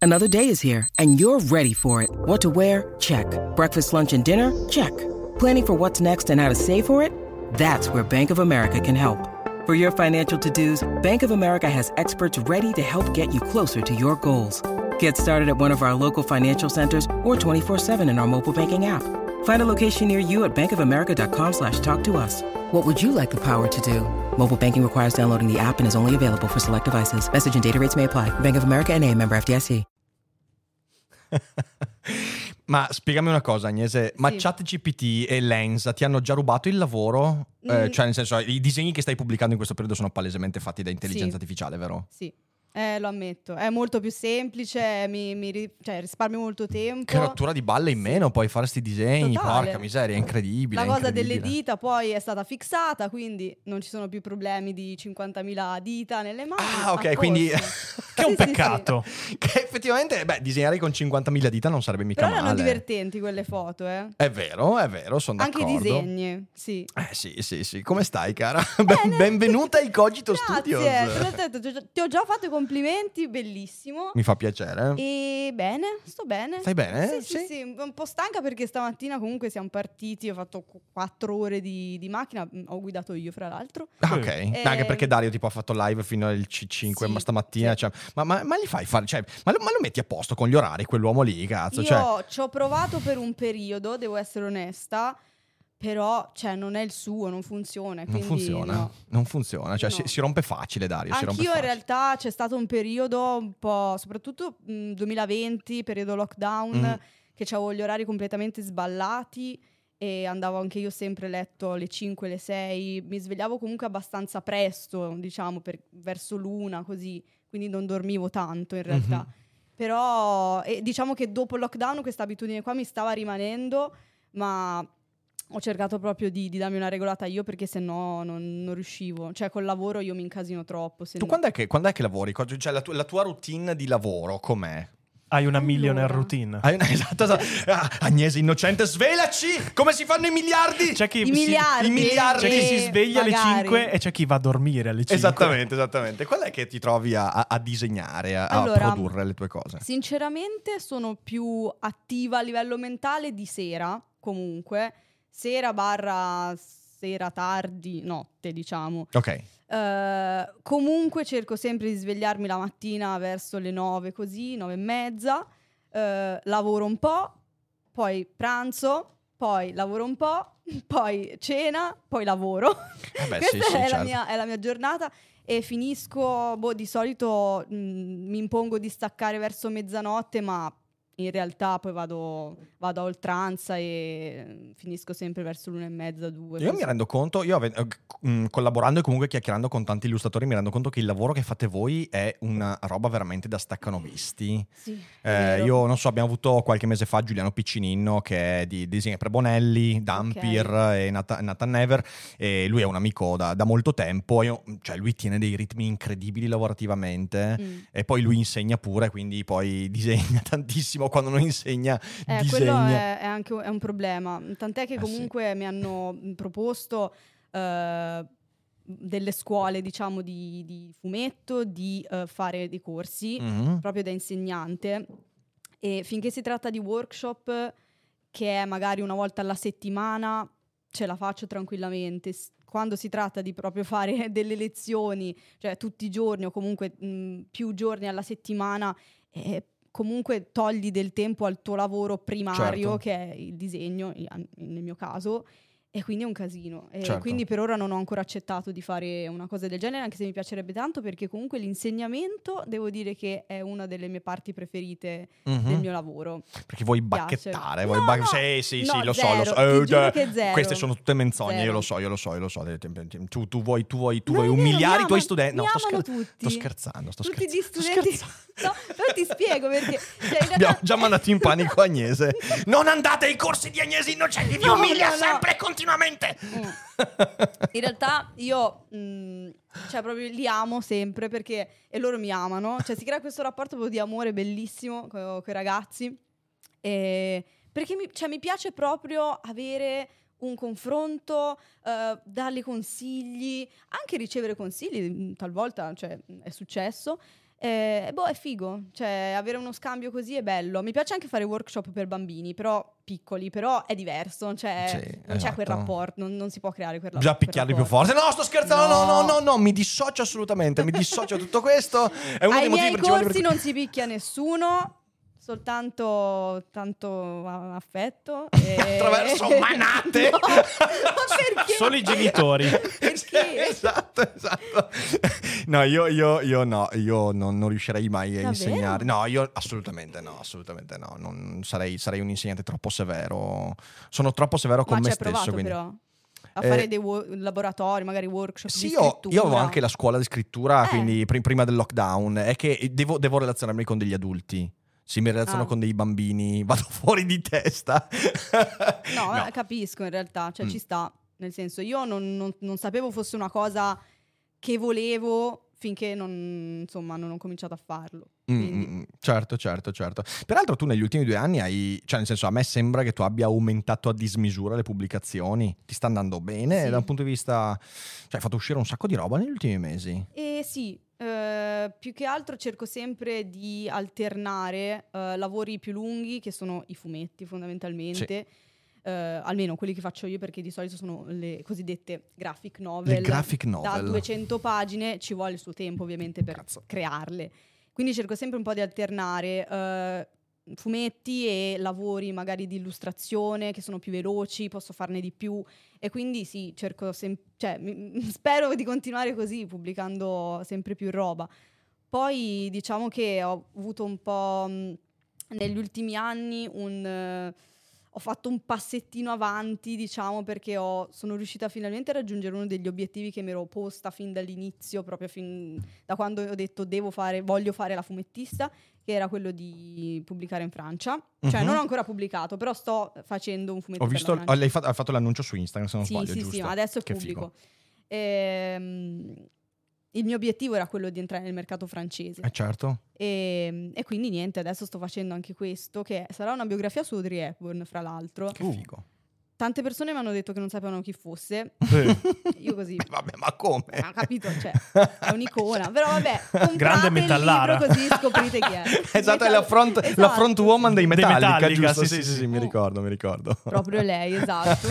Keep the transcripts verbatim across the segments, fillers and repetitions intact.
Another day is here, and you're ready for it. What to wear? Check. Breakfast, lunch, and dinner? Check. Planning for what's next and how to save for it? That's where Bank of America can help. For your financial to-dos, Bank of America has experts ready to help get you closer to your goals. Get started at one of our local financial centers or twenty-four seven in our mobile banking app. Find a location near you at bankofamerica.com slash talk to us. What would you like the power to do? Mobile banking requires downloading the app and is only available for select devices. Message and data rates may apply. Bank of America N A, member F D I C. Ma spiegami una cosa, Agnese, ma Sì. ChatGPT e Lensa ti hanno già rubato il lavoro? Mm. Eh, cioè, nel senso, i disegni che stai pubblicando in questo periodo sono palesemente fatti da intelligenza Sì. artificiale, vero? Sì, eh, lo ammetto. È molto più semplice, mi, mi ri- cioè, risparmio molto tempo. Che rottura di balle in Sì. meno, puoi fare sti disegni, Totale. porca miseria, è incredibile. La è cosa incredibile. delle dita poi è stata fissata, quindi non ci sono più problemi di cinquantamila dita nelle mani. Ah, ok, a quindi... posto. Che è un Sì, sì, sì. peccato. Che effettivamente, beh, disegnare con cinquantamila dita non sarebbe mica Però erano male. divertenti quelle foto, eh. È vero, è vero, sono Anche d'accordo. i disegni, sì. Eh sì, sì, sì. Come stai, cara? Ben- benvenuta ai Cogito Grazie, Studios. te l'ho detto, ti ho già- ti ho già fatto i complimenti, bellissimo. Mi fa piacere. E bene, sto bene. Stai bene? Sì, sì, Sì? sì, un po' stanca perché stamattina comunque siamo partiti, ho fatto qu- quattro ore di, di macchina, mm, ho guidato io fra l'altro. Ah, ok. Eh, Anche perché Dario tipo ha fatto live fino al C cinque, sì, ma stamattina, sì. cioè, ma, ma- ma gli fai fare, cioè, ma lo, ma lo metti a posto con gli orari, quell'uomo lì, cazzo, Io cioè, ci ho provato per un periodo, devo essere onesta, però cioè, non è il suo, non funziona. non Quindi, funziona, no. non funziona, cioè No. si, si rompe facile, Dario, si rompe Anch'io in facile. realtà c'è stato un periodo un po', soprattutto mh, duemilaventi, periodo lockdown, Mm. che avevo gli orari completamente sballati e andavo anche io sempre a letto alle cinque, alle sei, mi svegliavo comunque abbastanza presto, diciamo, per- verso l'una, così, quindi non dormivo tanto in realtà. Mhm. Però e diciamo che dopo il lockdown questa abitudine qua mi stava rimanendo, ma ho cercato proprio di, di darmi una regolata io perché sennò non, non riuscivo. Cioè col lavoro io mi incasino troppo. Se Tu no- quando è che, quando è che lavori? Co- Cioè la, tu- la tua routine di lavoro com'è? Hai una Allora. millionaire routine. Hai una, esatto, esatto. Ah, Agnese innocente, svelaci! Come si fanno i miliardi? C'è chi, I si, miliardi. i miliardi. c'è chi si Eh, sveglia alle magari. cinque e c'è chi va a dormire alle cinque. Esattamente, esattamente. Quando è che ti trovi a, a- a disegnare, a, a Allora, produrre le tue cose? Sinceramente sono più attiva a livello mentale di sera, comunque. Sera barra sera tardi, notte diciamo. Ok. Eh, comunque cerco sempre di svegliarmi la mattina verso le nove così, nove e mezza, eh, lavoro un po', poi pranzo, poi lavoro un po', poi cena, poi lavoro. Eh beh, Questa sì, sì, è, la certo. mia, è la mia giornata e finisco, boh, di solito mh, mi impongo di staccare verso mezzanotte, ma in realtà poi vado, vado a oltranza e finisco sempre verso l'una e mezza, due. Io così. mi rendo conto, io ave- eh, mh, collaborando e comunque chiacchierando con tanti illustratori, mi rendo conto che il lavoro che fate voi è una roba veramente da staccanovisti. Sì, è Eh, vero. io non so, abbiamo avuto qualche mese fa Giuliano Piccinino che è di disegno per Bonelli, Dampir e Nat- Nathan Never, e lui è un amico da, da molto tempo, io- cioè lui tiene dei ritmi incredibili lavorativamente Mm. e poi lui insegna pure, quindi poi disegna tantissimo, quando non insegna Eh, quello disegna. è, è anche è un problema. Tant'è che Eh, comunque mi hanno mh, proposto eh, delle scuole, diciamo, di, di fumetto, di eh, fare dei corsi Mhm. proprio da insegnante. E finché si tratta di workshop, che è magari una volta alla settimana, ce la faccio tranquillamente. S- Quando si tratta di proprio fare delle lezioni, cioè tutti i giorni o comunque mh, più giorni alla settimana, eh, comunque togli del tempo al tuo lavoro primario, Certo. che è il disegno, i- nel mio caso, e quindi è un casino. E Certo. quindi per ora non ho ancora accettato di fare una cosa del genere, anche se mi piacerebbe tanto, perché comunque l'insegnamento, devo dire che è una delle mie parti preferite Mhm. del mio lavoro. Perché vuoi Piace. bacchettare, No, vuoi bac- no, sì, sì, sì, no, lo so, lo so. zero, Eh, ti giuro eh, che zero. Queste sono tutte menzogne, Zero. io lo so, io lo so, io lo so. Tu, tu vuoi, tu vuoi, tu No, vuoi è vero, umiliare mi i tuoi amano- studenti. No, mi sto, amano scher- tutti. sto scherzando, sto Tutti scherzando. gli sto studenti. scherzando. No, però ti spiego perché. Cioè, in realtà- Abbiamo già mandato in panico Agnese. Non andate ai corsi di Agnese Innocenti, vi No, umilia no, no. sempre e continuamente. Mm. In realtà io mh, cioè proprio li amo sempre perché e loro mi amano, cioè si crea questo rapporto proprio di amore bellissimo con i ragazzi e perché mi, cioè, mi piace proprio avere un confronto, eh, dargli consigli, anche ricevere consigli, mh, talvolta cioè, è successo. Eh, boh, è figo, cioè avere uno scambio così è bello. Mi piace anche fare workshop per bambini, però piccoli, però è diverso, cioè Sì, non esatto. c'è quel rapporto, non, non si può creare quel, Già quel picchiarli più rapporto. forte. No, sto scherzando, no, No. no, no, no, mi dissocio assolutamente, mi dissocio da tutto questo. È uno Ai dei motivi miei principali corsi per cui- non si picchia nessuno, soltanto tanto a- affetto. E... Attraverso manate? No, ma perché? Solo i genitori. Perché? Esatto, esatto. No, io, io, io no, io non, non riuscirei mai a Davvero? insegnare. No, io assolutamente no, assolutamente no. Non sarei, sarei un insegnante troppo severo. Sono troppo severo con Ma me ci hai stesso. provato Quindi... però a Eh, fare dei wo- laboratori, magari workshop Sì, di io, scrittura? io avevo anche la scuola di scrittura, Eh. quindi pr- prima del lockdown. È che devo, devo relazionarmi con degli adulti. Se mi relaziono Ah. con dei bambini, vado fuori di testa. No, eh, capisco in realtà, cioè Mm. ci sta. Nel senso, io non, non- non sapevo fosse una cosa che volevo finché non, insomma, non ho cominciato a farlo. Mm, Quindi- mm, certo, certo, certo. Peraltro tu negli ultimi due anni hai, cioè nel senso a me sembra che tu abbia aumentato a dismisura le pubblicazioni. Ti sta andando bene Sì. da un punto di vista, cioè hai fatto uscire un sacco di roba negli ultimi mesi. E sì, eh, più che altro cerco sempre di alternare eh, lavori più lunghi, che sono i fumetti fondamentalmente, eh, almeno quelli che faccio io, perché di solito sono le cosiddette graphic novel. Le graphic Da novel. duecento pagine, ci vuole il suo tempo ovviamente per Cazzo. crearle. Quindi cerco sempre un po' di alternare eh, fumetti e lavori magari di illustrazione che sono più veloci, posso farne di più. E quindi sì, cerco sem- cioè, mi- spero di continuare così, pubblicando sempre più roba. Poi diciamo che ho avuto un po' mh, negli ultimi anni un... eh, ho fatto un passettino avanti, diciamo, perché ho, sono riuscita finalmente a raggiungere uno degli obiettivi che mi ero posta fin dall'inizio, proprio fin da quando ho detto devo fare, voglio fare la fumettista, che era quello di pubblicare in Francia. Cioè Mhm. non ho ancora pubblicato, però sto facendo un fumetto Ho per visto, la Francia. lei fa- ha fatto l'annuncio su Instagram, se non Sì, sbaglio, sì, giusto? sì, ma adesso è Che pubblico. figo. Ehm, il mio obiettivo era quello di entrare nel mercato francese. Eh certo. E, e quindi niente, adesso sto facendo anche questo, che sarà una biografia su Audrey Hepburn, fra l'altro. Che figo. Tante persone mi hanno detto che non sapevano chi fosse. Io così. Beh, vabbè, ma come? Non ho capito, cioè, è un'icona. Però vabbè, comprate Grande il metallara. libro così scoprite chi è. Esatto, è la front, Esatto. la front woman dei Dei Metallica, Metallica, giusto? sì, Sì, sì, sì, sì. sì, mi ricordo, mi ricordo. Proprio lei, esatto.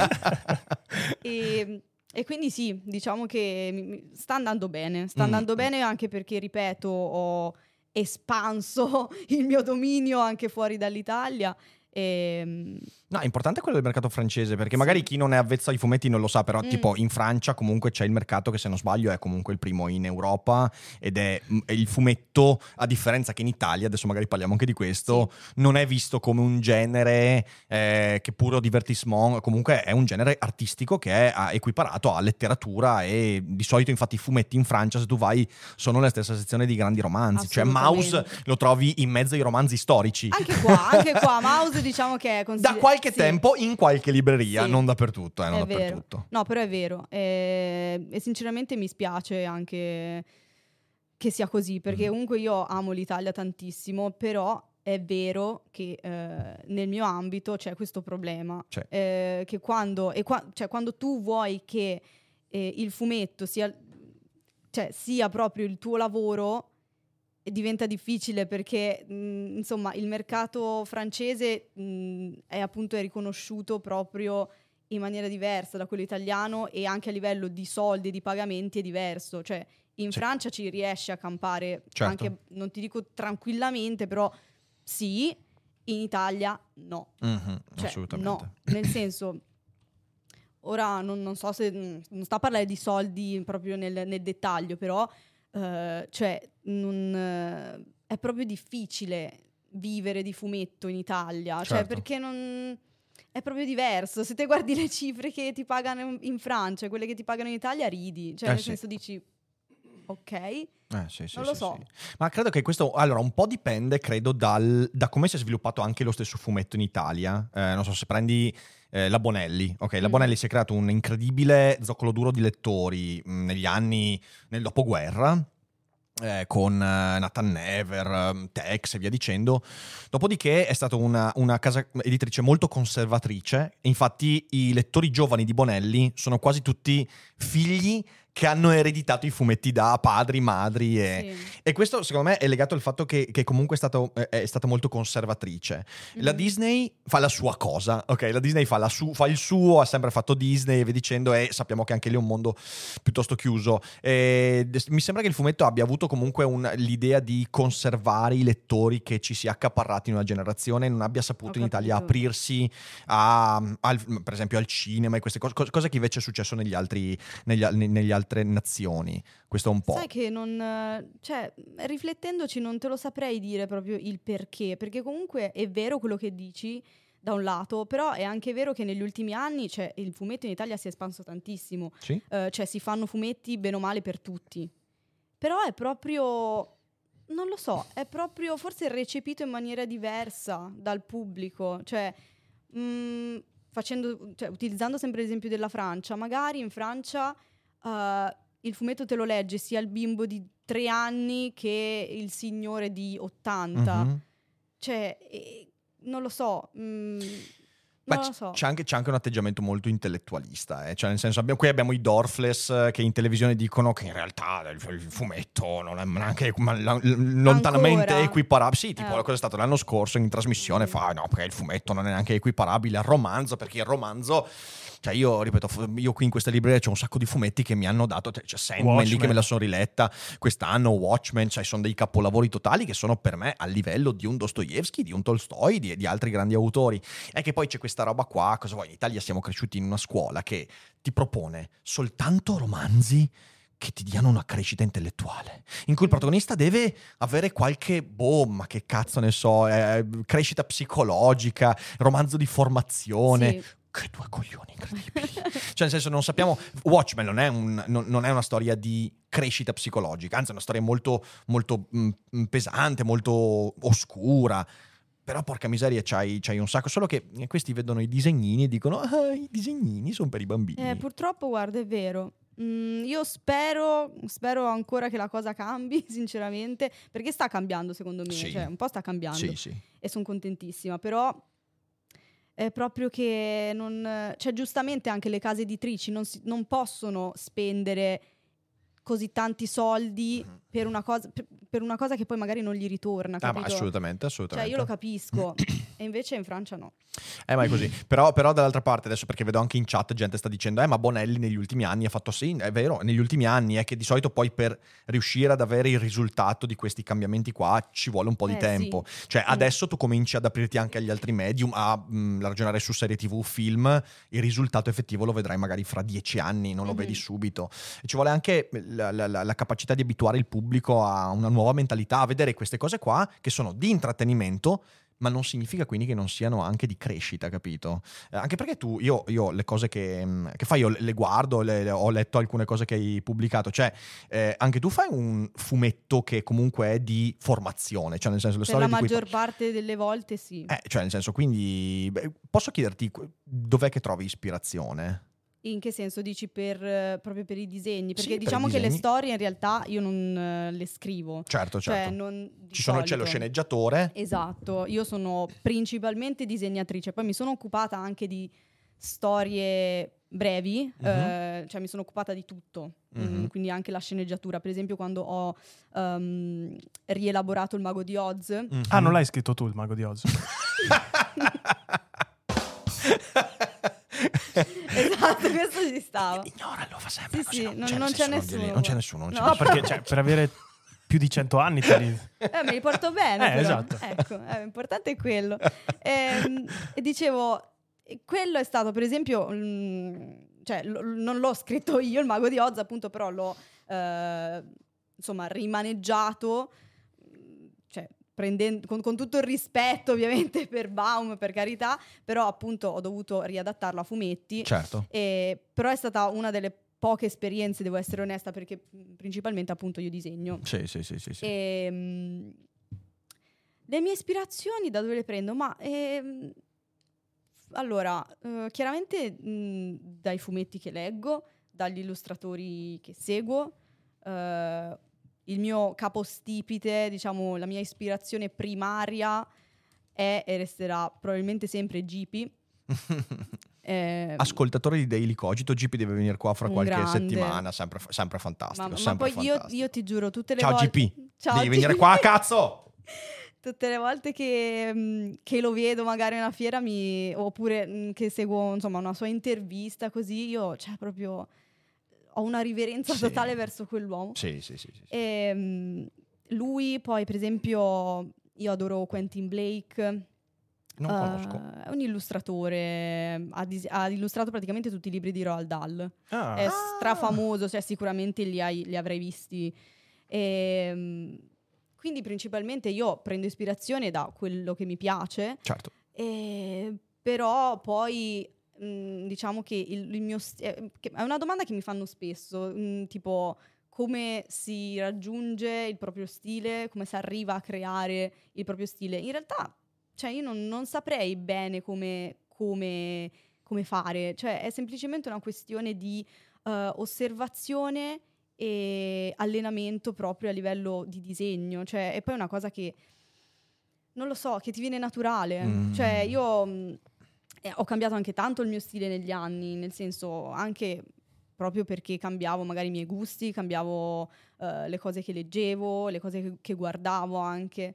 e, e quindi sì, diciamo che mi- mi- sta andando bene. Sta Mm. andando bene anche perché, ripeto, ho espanso il mio dominio anche fuori dall'Italia. E, No, è importante quello del mercato francese, perché magari chi non è avvezzo ai fumetti non lo sa, però Mm. tipo in Francia comunque c'è il mercato che, se non sbaglio, è comunque il primo in Europa, ed è, è il fumetto, a differenza che in Italia, adesso magari parliamo anche di questo, non è visto come un genere eh, che puro divertissement, comunque è un genere artistico che è ah, equiparato a letteratura, e di solito infatti i fumetti in Francia, se tu vai, sono nella stessa sezione di grandi romanzi, cioè Assolutamente. Mouse lo trovi in mezzo ai romanzi storici. anche qua, anche qua, Mouse diciamo che è consider- Da qualche sì. tempo in qualche libreria, Sì. non dappertutto, eh, non È vero. dappertutto. No, però è vero. E, e sinceramente mi spiace anche che sia così, perché Mhm. comunque io amo l'Italia tantissimo, però è vero che eh, nel mio ambito c'è questo problema. C'è. eh, che quando, e qua- cioè, quando tu vuoi che eh, il fumetto sia, cioè, sia proprio il tuo lavoro, e diventa difficile perché mh, insomma il mercato francese mh, è appunto è riconosciuto proprio in maniera diversa da quello italiano, e anche a livello di soldi e di pagamenti è diverso. Cioè in Sì. Francia ci riesce a campare Certo. anche, non ti dico tranquillamente, però sì, in Italia no. Mhm, Cioè, assolutamente. no, nel senso, ora non, non so se mh, non sto a parlare di soldi proprio nel, nel dettaglio, però eh, cioè non, eh, è proprio difficile vivere di fumetto in Italia, cioè Certo. perché non è proprio diverso. Se te guardi le cifre che ti pagano in, in Francia e quelle che ti pagano in Italia, ridi, cioè Eh, nel sì. senso dici ok, Eh, sì, sì, non lo sì, so. sì. Ma credo che questo, allora, un po' dipende, credo, dal, da come si è sviluppato anche lo stesso fumetto in Italia. Eh, non so, se prendi eh, la Bonelli, ok, la Mm. Bonelli si è creato un incredibile zoccolo duro di lettori mh, negli anni, nel dopoguerra, eh, con eh, Nathan Never, eh, Tex e via dicendo. Dopodiché è stata una, una casa editrice molto conservatrice. Infatti i lettori giovani di Bonelli sono quasi tutti figli che hanno ereditato i fumetti da padri, madri e, Sì. e questo secondo me è legato al fatto che, che comunque è, stato, è stata molto conservatrice. La Mhm. Disney fa la sua cosa, ok? La Disney fa, la su- fa il suo, ha sempre fatto Disney e via dicendo, e sappiamo che anche lì è un mondo piuttosto chiuso. E d- mi sembra che il fumetto abbia avuto comunque un- l'idea di conservare i lettori che ci si è accaparrati in una generazione e non abbia saputo Ho in Italia capito. aprirsi a, al- per esempio al cinema e queste cose, cos- cosa che invece è successo negli altri, negli, al- negli altre nazioni. Questo è un po'. Sai che non, eh, cioè, riflettendoci non te lo saprei dire proprio il perché, perché comunque è vero quello che dici da un lato, però è anche vero che negli ultimi anni, cioè, il fumetto in Italia si è espanso tantissimo, Sì? eh, cioè si fanno fumetti bene o male per tutti, però è proprio, non lo so, è proprio forse recepito in maniera diversa dal pubblico, cioè, mh, facendo, cioè, utilizzando sempre l'esempio della Francia, magari in Francia eh, il fumetto te lo legge sia il bimbo di tre anni che il signore di ottanta. Mhm. Cioè, eh, non lo so. mm, Beh, non lo c- so. c'è, anche, c'è anche un atteggiamento molto intellettualista, eh. Cioè nel senso abbiamo, qui abbiamo i Dorfless eh, che in televisione dicono che in realtà il, il fumetto non è neanche ma- la- lontanamente Ancora? equiparabile. Sì, tipo Eh. cosa è stato l'anno scorso in trasmissione Mm. fa no, perché il fumetto non è neanche equiparabile al romanzo, perché il romanzo, cioè io ripeto, fu- io qui in questa libreria c'ho un sacco di fumetti che mi hanno dato, cioè c'è Sandman lì Watchmen. che me la sono riletta quest'anno, Watchmen, cioè sono dei capolavori totali che sono per me a livello di un Dostoevsky, di un Tolstoi, di, di altri grandi autori. È che poi c'è questa roba qua, cosa vuoi? In Italia siamo cresciuti in una scuola che ti propone soltanto romanzi che ti diano una crescita intellettuale, in cui il Mm. protagonista deve avere qualche, boh, ma che cazzo ne so, eh, crescita psicologica, romanzo di formazione. Sì. Che due coglioni incredibili. Cioè, nel senso, non sappiamo. Watchmen non è, un- non- non è una storia di crescita psicologica, anzi, è una storia molto, molto mm, pesante, molto oscura. Però, porca miseria, c'hai, c'hai un sacco. Solo che questi vedono i disegnini e dicono: ah, i disegnini sono per i bambini. Eh, purtroppo, guarda, è vero. Mm, io spero, spero ancora che la cosa cambi, sinceramente, perché sta cambiando, secondo me. Sì. Cioè, un po' sta cambiando. Sì, sì. E sono contentissima, però è proprio che non, cioè, giustamente anche le case editrici non, si- non possono spendere così tanti soldi Mhm. per una cosa per, per una cosa che poi magari non gli ritorna, Ah, ma capito? assolutamente, Cioè, assolutamente. io lo capisco, e invece in Francia no. Eh, ma è così. Però, però dall'altra parte, adesso perché vedo anche in chat gente sta dicendo: eh, ma Bonelli negli ultimi anni ha fatto sì, è vero, negli ultimi anni è che di solito poi per riuscire ad avere il risultato di questi cambiamenti qua ci vuole un po' di Eh, tempo. sì. Cioè, Mm. adesso tu cominci ad aprirti anche agli altri medium, a mh, ragionare su serie tivù, film, il risultato effettivo lo vedrai magari fra dieci anni, non lo Mhm. vedi subito. E ci vuole anche la, la- la- la capacità di abituare il pubblico a una nuova mentalità, a vedere queste cose qua che sono di intrattenimento, ma non significa quindi che non siano anche di crescita, capito? Eh, anche perché tu, io, io le cose che, mh, che fai, io le, le guardo, le- le- ho letto alcune cose che hai pubblicato, cioè eh, anche tu fai un fumetto che comunque è di formazione, cioè nel senso le Per la storie di cui... maggior parte delle volte sì. Eh, cioè nel senso, quindi beh, posso chiederti qu- dov'è che trovi ispirazione? In che senso dici per, eh, proprio per i disegni? Perché Sì, per i diciamo che le disegni. storie in realtà io non eh, le scrivo. Certo, certo. Cioè, non, di Ci sono, c'è lo solito. sceneggiatore. Esatto, io sono principalmente disegnatrice, poi mi sono occupata anche di storie brevi, Mhm. eh, cioè mi sono occupata di tutto, mm, Mhm. quindi anche la sceneggiatura. Per esempio quando ho ehm, rielaborato il Mago di Oz, Mhm. Ah, non l'hai scritto tu il Mago di Oz? esatto, questo ci stava. Ignoralo, fa sempre Sì, così. sì, non, non- c'è, non nel c'è senso, nessuno, Non c'è guarda. nessuno. Non c'è No. nessuno. Perché cioè, per avere più di cento anni te li... Eh, me li porto bene, Eh, però. esatto. Ecco, eh, l'importante è quello. Ehm, E, dicevo, e quello è stato, per esempio, mm, cioè, lo- non l'ho scritto io, il Mago di Oz, appunto, però l'ho, eh, insomma, rimaneggiato, mm, cioè, prendendo, con, con tutto il rispetto, ovviamente, per Baum, per carità, però, appunto, ho dovuto riadattarlo a fumetti. Certo. E, però è stata una delle poche esperienze, devo essere onesta, perché mm, principalmente, appunto, io disegno. Sì, sì, sì, sì, sì. E, mm, le mie ispirazioni da dove le prendo? Ma ehm, allora, eh, chiaramente mh, dai fumetti che leggo, dagli illustratori che seguo, eh, il mio capostipite, diciamo, la mia ispirazione primaria è e resterà probabilmente sempre G P. Eh, Ascoltatore di Daily Cogito, G P deve venire qua fra Un qualche grande. settimana, sempre, sempre fantastico. ma, ma sempre poi io, fantastico. io ti giuro, tutte le Ciao volte... G P, Ciao, devi G P. venire qua, cazzo! Tutte le volte che, mh, che lo vedo magari a una fiera mi, oppure mh, che seguo insomma una sua intervista così, io cioè proprio ho una riverenza Sì. totale verso quell'uomo. Sì, sì, sì. sì, sì. E, mh, lui poi per esempio io adoro Quentin Blake. Non Uh, conosco. È un illustratore, ha, dis- ha illustrato praticamente tutti i libri di Roald Dahl. Ah. È strafamoso, cioè sicuramente li, hai, li avrai visti. E, mh, quindi principalmente io prendo ispirazione da quello che mi piace, Certo. e, però poi mh, diciamo che il, il mio st- è, che è una domanda che mi fanno spesso, mh, tipo come si raggiunge il proprio stile, come si arriva a creare il proprio stile. In realtà, cioè io non, non saprei bene come, come, come fare, cioè è semplicemente una questione di uh, osservazione e allenamento proprio a livello di disegno, cioè è poi una cosa che non lo so, che ti viene naturale. Mm. Cioè io mh, eh, ho cambiato anche tanto il mio stile negli anni, nel senso anche proprio perché cambiavo magari i miei gusti, cambiavo uh, le cose che leggevo, le cose che, che guardavo anche.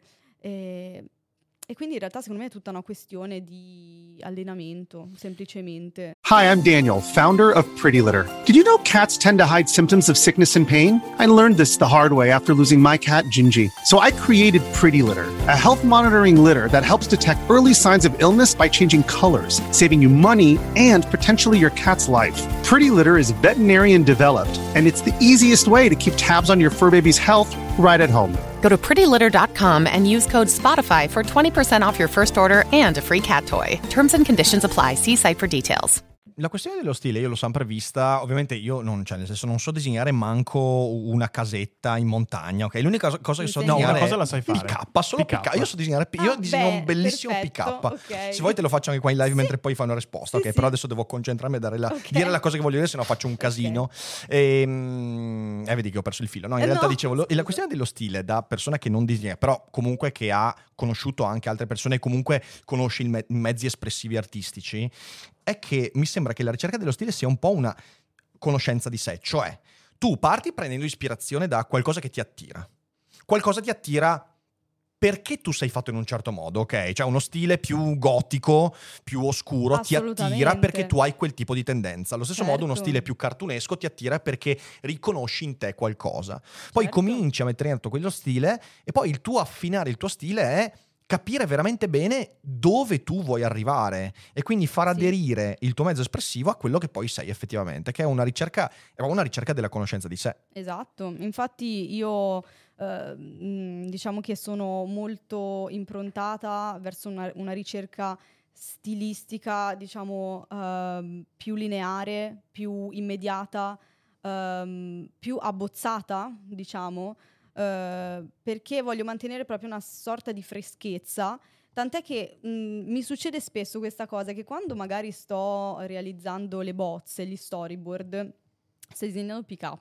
E, E quindi in realtà secondo me è tutta una questione di allenamento, semplicemente. Hi, I'm Daniel, founder of Pretty Litter. Did you know cats tend to hide symptoms of sickness and pain? I learned this the hard way after losing my cat, Gingy. So I created Pretty Litter, a health monitoring litter that helps detect early signs of illness by changing colors, saving you money and potentially your cat's life. Pretty Litter is veterinarian developed, and it's the easiest way to keep tabs on your fur baby's health right at home. Go to pretty litter dot com and use code Spotify for twenty percent off your first order and a free cat toy. Terms and conditions apply. See site for details. La questione dello stile io l'ho sempre vista, ovviamente io non, cioè nel senso non so disegnare manco una casetta in montagna, ok? L'unica cosa che so No, disegnare una cosa è la sai fare. P K, solo P K. P K. Io so disegnare, io Ah, disegno beh, un bellissimo perfetto, P K. ok. Se vuoi te lo faccio anche qua in live Sì. mentre poi fai una risposta, Sì, ok? sì. Però adesso devo concentrarmi a dare la, Ok. dire la cosa che voglio dire, se no faccio un Ok. casino. E, mm, eh, vedi che ho perso il filo. No, in Eh, realtà no, dicevo, lo- scusa. la questione dello stile da persona che non disegna, però comunque che ha conosciuto anche altre persone e comunque conosce i me- mezzi espressivi artistici, è che mi sembra che la ricerca dello stile sia un po' una conoscenza di sé, cioè tu parti prendendo ispirazione da qualcosa che ti attira. Qualcosa ti attira perché tu sei fatto in un certo modo, ok? Cioè uno stile più gotico, più oscuro ti attira Assolutamente. perché tu hai quel tipo di tendenza. Allo stesso modo uno Certo. stile più cartunesco ti attira perché riconosci in te qualcosa. Poi Certo. cominci a mettere dentro quello stile e poi il tuo affinare il tuo stile è capire veramente bene dove tu vuoi arrivare e quindi far Sì. aderire il tuo mezzo espressivo a quello che poi sei effettivamente, che è una ricerca, è una ricerca della conoscenza di sé. Esatto, infatti io eh, mh, diciamo che sono molto improntata verso una, una ricerca stilistica, diciamo, ehm, più lineare, più immediata, ehm, più abbozzata, diciamo, eh, perché voglio mantenere proprio una sorta di freschezza. Tant'è che mh, mi succede spesso questa cosa, che quando magari sto realizzando le bozze, gli storyboard, stai disegnando P K?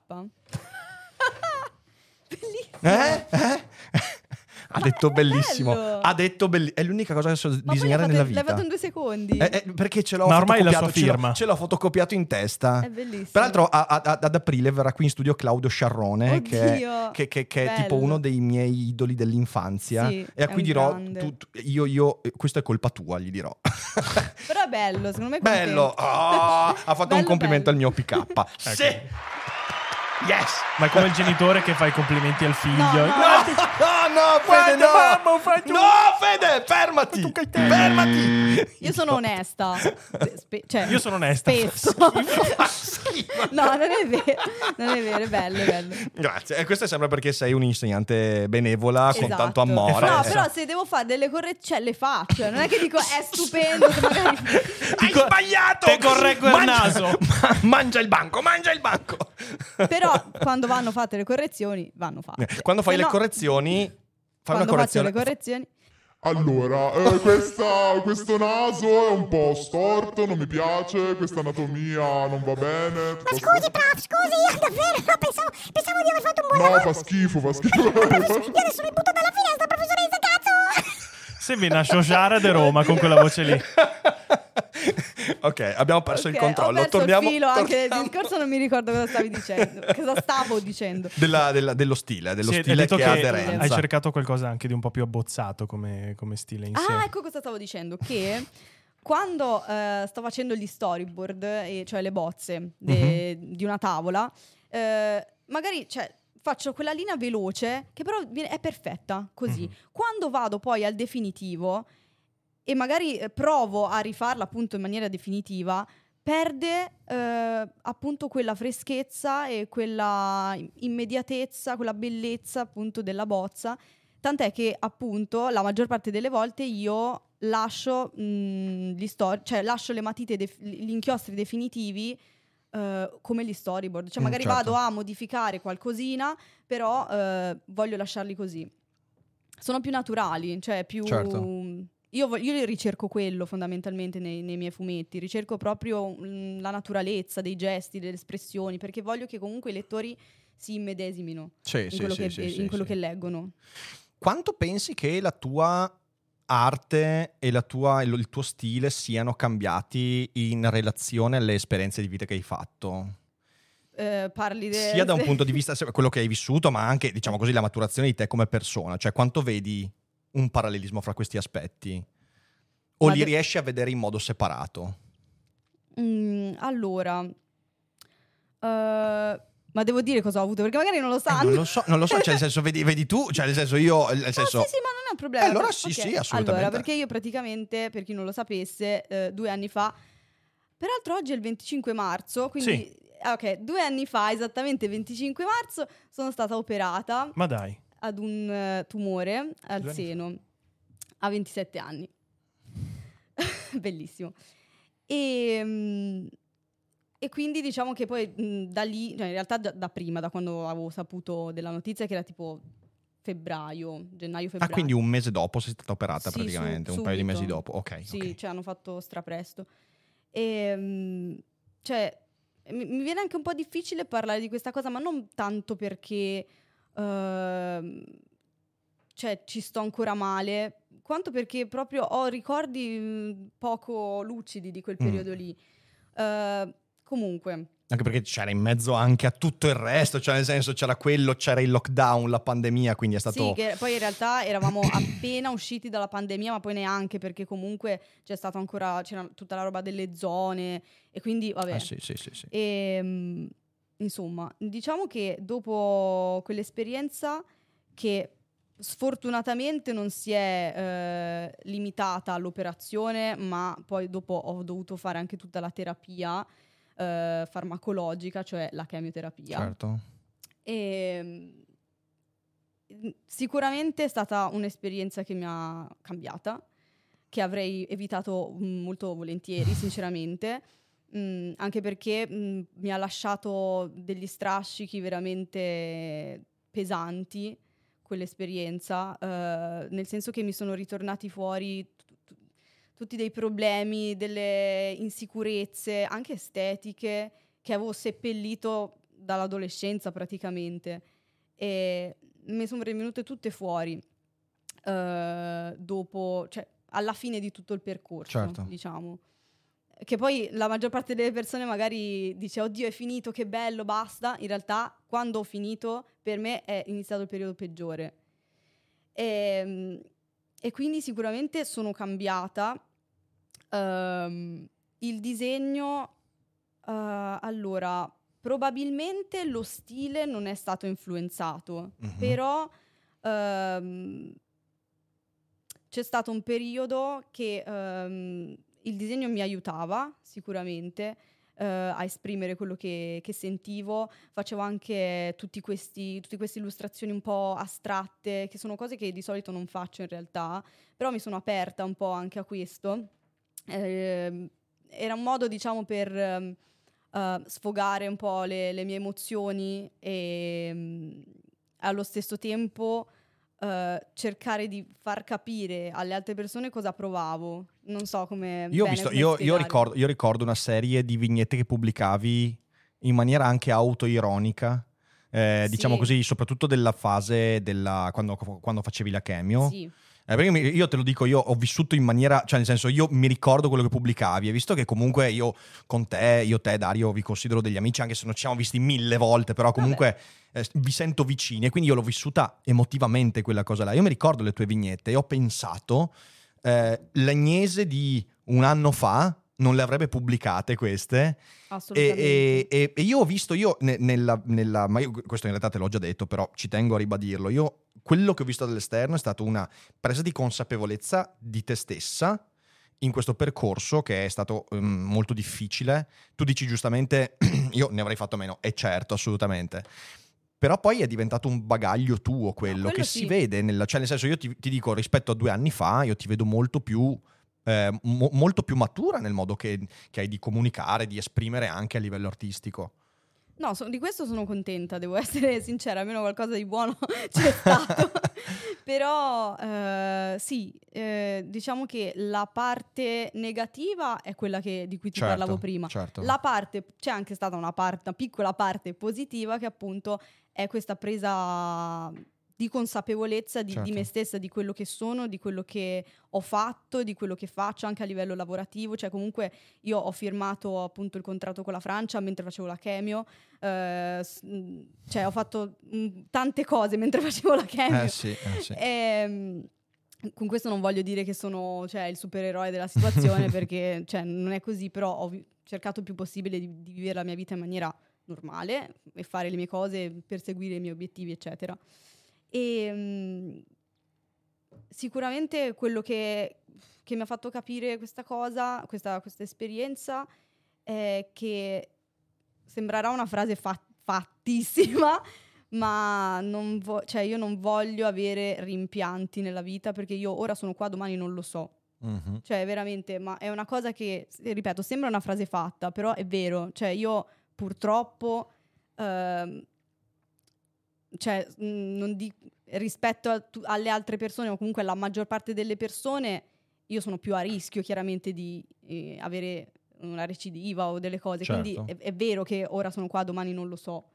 Bellissimo! Eh? Eh? Ha Ma detto è bellissimo. bello! Ha detto bellissimo. È l'unica cosa che so Ma poi disegnare l'hai nella fatto, l'hai vita. fatto in due secondi. Eh, eh, perché ce l'ho Ma ormai è la fotocopiato, sua ce l'ho- firma. Ce l'ho fotocopiato in testa. È bellissimo. Peraltro a- a- ad aprile verrà qui in studio Claudio Sciarrone, che è, Oddio, che- che- che è bello. tipo uno dei miei idoli dell'infanzia. Sì, e a è cui un dirò, grande. tu- tu- io, io, eh, questo è colpa tua, gli dirò. Però è bello, secondo me è Bello, contento. ah, ha fatto un Bello, complimento bello. al mio P K. Sì. Yes. Ma è come il genitore che fa i complimenti al figlio. No, no. No, no, no, Fede, Guarda, no. mamma, fai tu. No, Fede, fermati. Fermati. Io sono onesta. Spe- cioè, Io sono onesta. Spesso. Fa schifo. No, non è vero. Non è vero, è bello, è bello. Grazie. E questo sembra perché sei un'insegnante benevola con Esatto. tanto amore. No, Eh. però se devo fare delle correzioni le faccio. Non è che dico è stupendo. Che magari... Hai co- sbagliato! te correggo il Mangia- naso. ma- mangia il banco, mangia il banco! Però quando vanno fatte le correzioni, vanno fatte. Quando fai Se le no, correzioni, fai una Quando faccio correzione. le correzioni... Allora, eh, questa, questo naso è un po' storto, non mi piace, questa anatomia non va bene. Ma scusi, prof, scusi, io davvero no, pensavo, pensavo di aver fatto un buon No, lavoro. fa schifo, fa schifo. Io adesso mi butto dalla finestra, professoressa, cazzo! Sembri una Shoshara di Roma con quella voce lì. Ok, abbiamo perso Ok, il controllo. Ho perso torniamo, il filo anche del torniamo. discorso, non mi ricordo cosa stavi dicendo. Cosa stavo dicendo? Della- della- dello stile, dello Sì, hai stile detto che, che ha aderenza. hai cercato qualcosa anche di un po' più abbozzato come, come stile in sé. Ah, ecco cosa stavo dicendo, che quando eh, sto facendo gli storyboard, e, cioè le bozze de- di una tavola, eh, magari cioè, faccio quella linea veloce che però viene- è perfetta, così. Mhm. Quando vado poi al definitivo e magari eh, provo a rifarla appunto in maniera definitiva, perde eh, appunto quella freschezza e quella immediatezza, quella bellezza appunto della bozza. Tant'è che appunto la maggior parte delle volte io lascio mh, gli stor- cioè lascio le matite, def- gli inchiostri definitivi eh, come gli storyboard. Cioè Mm, magari certo. vado a modificare qualcosina, però eh, voglio lasciarli così. Sono più naturali, cioè più... Certo. Io, vo- io ricerco quello fondamentalmente nei, nei miei fumetti, ricerco proprio mh, la naturalezza dei gesti, delle espressioni, perché voglio che comunque i lettori si immedesimino Sì, in sì, quello, sì, che, sì, in sì, quello sì. che leggono. Quanto pensi che la tua arte e la tua, il il tuo stile siano cambiati in relazione alle esperienze di vita che hai fatto? Eh, parli de- Sia da un punto di vista, se- quello che hai vissuto, ma anche, diciamo così, la maturazione di te come persona. Cioè, quanto vedi un parallelismo fra questi aspetti? O Ma li de- riesci a vedere in modo separato? Mm, allora, eh, ma devo dire cosa ho avuto, perché magari non lo Eh, sanno. non lo so, non lo so, cioè nel senso, vedi, vedi tu, cioè nel senso io, nel senso... No, sì, sì, ma non è un problema. Eh, allora Per- sì, ok. sì, assolutamente. Allora, perché io praticamente, per chi non lo sapesse, eh, due anni fa, peraltro oggi è il venticinque marzo, quindi... Sì. ah, ok, due anni fa, esattamente venticinque marzo, sono stata operata Ma dai. ad un eh, tumore al Due anni seno a ventisette anni. Bellissimo. E, mm, e quindi diciamo che poi mh, da lì, cioè in realtà da, da prima, da quando avevo saputo della notizia, che era tipo febbraio, gennaio, Ah, febbraio. quindi un mese dopo sei stata operata Sì, praticamente, su- un paio di mesi subito. dopo. Ok, Sì, ok. cioè hanno fatto strapresto. E mh, cioè mi, mi viene anche un po' difficile parlare di questa cosa, ma non tanto perché ehm, cioè ci sto ancora male, quanto perché proprio ho ricordi mh, poco lucidi di quel Mm. periodo lì. Eh, comunque, Anche perché c'era in mezzo anche a tutto il resto, cioè nel senso c'era quello, c'era il lockdown, la pandemia, quindi è stato... sì, che poi in realtà eravamo appena usciti dalla pandemia, ma poi neanche, perché comunque c'è stato ancora, c'era tutta la roba delle zone, e quindi vabbè. Ah, sì, sì, sì, sì. E, mh, insomma, diciamo che dopo quell'esperienza, che sfortunatamente non si è eh, limitata all'operazione, ma poi dopo ho dovuto fare anche tutta la terapia eh, farmacologica, cioè la chemioterapia. Certo. E, mh, sicuramente è stata un'esperienza che mi ha cambiata, che avrei evitato mh, molto volentieri, sinceramente. Mm, anche perché mm, mi ha lasciato degli strascichi veramente pesanti quell'esperienza, eh, nel senso che mi sono ritornati fuori t- t- tutti dei problemi, delle insicurezze, anche estetiche, che avevo seppellito dall'adolescenza praticamente, e mi sono venute tutte fuori eh, dopo, cioè alla fine di tutto il percorso, Certo. diciamo. Che poi la maggior parte delle persone magari dice oddio è finito, che bello, basta. In realtà quando ho finito per me è iniziato il periodo peggiore. E, e quindi sicuramente sono cambiata. Um, il disegno, uh, allora, probabilmente lo stile non è stato influenzato, Mhm. però um, c'è stato un periodo che... Um, il disegno mi aiutava sicuramente eh, a esprimere quello che, che sentivo. Facevo anche tutti questi, tutte queste illustrazioni un po' astratte, che sono cose che di solito non faccio in realtà, però mi sono aperta un po' anche a questo. Eh, era un modo, diciamo, per eh, uh, sfogare un po' le, le mie emozioni e um, allo stesso tempo Uh, cercare di far capire alle altre persone cosa provavo. Non so come. Io, ho bene visto, come io, io, spiegare. ricordo, io ricordo una serie di vignette che pubblicavi in maniera anche autoironica, eh, Sì. diciamo così, soprattutto della fase della, quando, quando facevi la chemio. Sì. Eh, perché mi- io te lo dico, io ho vissuto in maniera, cioè nel senso, io mi ricordo quello che pubblicavi, e visto che comunque io con te, io te Dario vi considero degli amici, anche se non ci siamo visti mille volte, però comunque eh, vi sento vicini, e quindi io l'ho vissuta emotivamente quella cosa là. Io mi ricordo le tue vignette e ho pensato, eh, l'Agnese di un anno fa non le avrebbe pubblicate queste. Assolutamente. E, e- e io ho visto, io ne- nella, nella, ma io questo in realtà te l'ho già detto, però ci tengo a ribadirlo, io quello che ho visto dall'esterno è stata una presa di consapevolezza di te stessa in questo percorso che è stato um, molto difficile. Tu dici giustamente, io ne avrei fatto meno, e certo, assolutamente. Però poi è diventato un bagaglio tuo quello, quello che sì. si vede, nella, cioè nel senso, io ti, ti dico, rispetto a due anni fa, io ti vedo molto più... eh, mo- molto più matura nel modo che, che hai di comunicare, di esprimere anche a livello artistico. No, so- di questo sono contenta, devo essere sincera, almeno qualcosa di buono c'è stato. Però eh, sì, eh, diciamo che la parte negativa è quella che- di cui ti Certo, parlavo prima. certo. La parte, c'è anche stata una, parte, una piccola parte positiva che appunto è questa presa di consapevolezza di, Certo. di me stessa, di quello che sono, di quello che ho fatto, di quello che faccio anche a livello lavorativo. Cioè comunque io ho firmato appunto il contratto con la Francia mentre facevo la Chemio, eh, s- mh, cioè ho fatto mh, tante cose mentre facevo la Chemio. Eh sì, eh sì. Ehm, con questo non voglio dire che sono, cioè, il supereroe della situazione, perché cioè, non è così, però ho vi- cercato il più possibile di, di vivere la mia vita in maniera normale e fare le mie cose, perseguire i miei obiettivi, eccetera. E mh, sicuramente quello che, che mi ha fatto capire questa cosa, questa, questa esperienza, è che sembrerà una frase fa- fattissima, ma non vo- cioè io non voglio avere rimpianti nella vita, perché io ora sono qua, domani non lo so. Mhm. Cioè veramente, ma è una cosa che, s- ripeto, sembra una frase fatta, però è vero. Cioè io purtroppo, ehm, cioè, mh, non di- rispetto a tu- alle altre persone, o comunque alla maggior parte delle persone, io sono più a rischio chiaramente di eh, avere una recidiva o delle cose. Certo. Quindi è, è vero che ora sono qua, domani non lo so.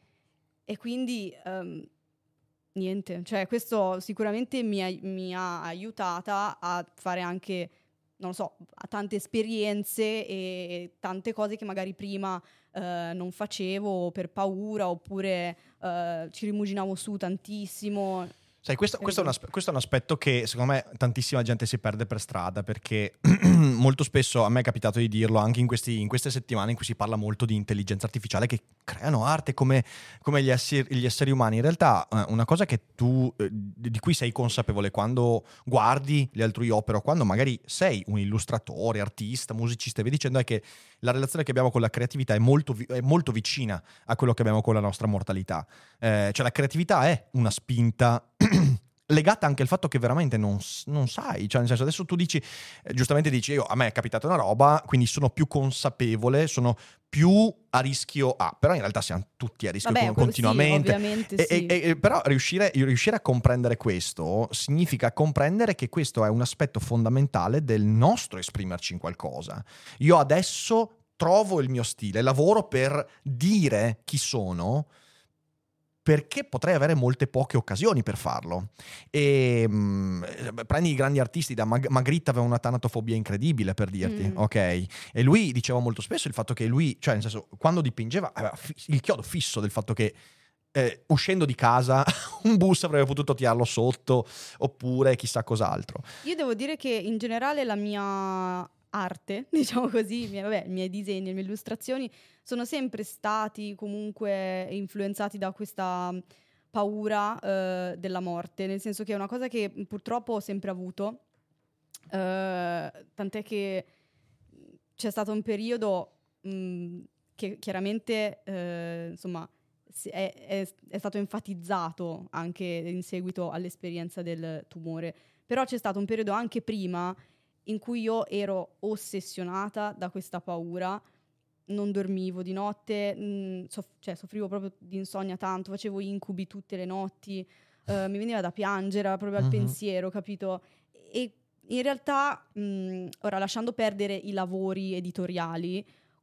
E quindi ehm, niente, cioè questo sicuramente mi ha, mi ha aiutata a fare anche, non lo so, a tante esperienze e tante cose che magari prima eh, non facevo per paura, oppure eh, ci rimuginavo su tantissimo. Sai, questo, questo, è un aspe- questo è un aspetto che secondo me tantissima gente si perde per strada, perché molto spesso, a me è capitato di dirlo anche in, questi, in queste settimane in cui si parla molto di intelligenza artificiale che creano arte come, come gli, esseri, gli esseri umani. In realtà eh, una cosa che tu, eh, di cui sei consapevole quando guardi le altrui opere, o quando magari sei un illustratore, artista, musicista e via dicendo, è che la relazione che abbiamo con la creatività è molto, vi- è molto vicina a quello che abbiamo con la nostra mortalità. Eh, cioè la creatività è una spinta legata anche al fatto che veramente non, s- non sai, cioè nel senso, adesso tu dici, eh, giustamente dici, io, a me è capitata una roba, quindi sono più consapevole, sono più a rischio A, però in realtà siamo tutti a rischio Vabbè, con- quello sì, continuamente. ovviamente E- sì. e- e- però riuscire, riuscire a comprendere questo significa comprendere che questo è un aspetto fondamentale del nostro esprimerci in qualcosa. Io adesso trovo il mio stile, lavoro per dire chi sono, perché potrei avere molte poche occasioni per farlo. E mh, prendi i grandi artisti, da Mag- Magritte aveva una tanatofobia incredibile, per dirti, Mm. ok? E lui diceva molto spesso il fatto che lui, cioè nel senso, quando dipingeva aveva fi- il chiodo fisso del fatto che eh, uscendo di casa un bus avrebbe potuto tirarlo sotto, oppure chissà cos'altro. Io devo dire che in generale la mia arte, diciamo così, i miei, vabbè, i miei disegni, le mie illustrazioni sono sempre stati comunque influenzati da questa paura eh, della morte, nel senso che è una cosa che purtroppo ho sempre avuto, eh, tant'è che c'è stato un periodo mh, che chiaramente eh, insomma si- è, è- è stato enfatizzato anche in seguito all'esperienza del tumore, però c'è stato un periodo anche prima in cui io ero ossessionata da questa paura, non dormivo di notte, mh, soff- cioè soffrivo proprio di insonnia tanto, facevo incubi tutte le notti, eh, mi veniva da piangere proprio al Mhm. pensiero, capito? E in realtà, mh, ora lasciando perdere i lavori editoriali,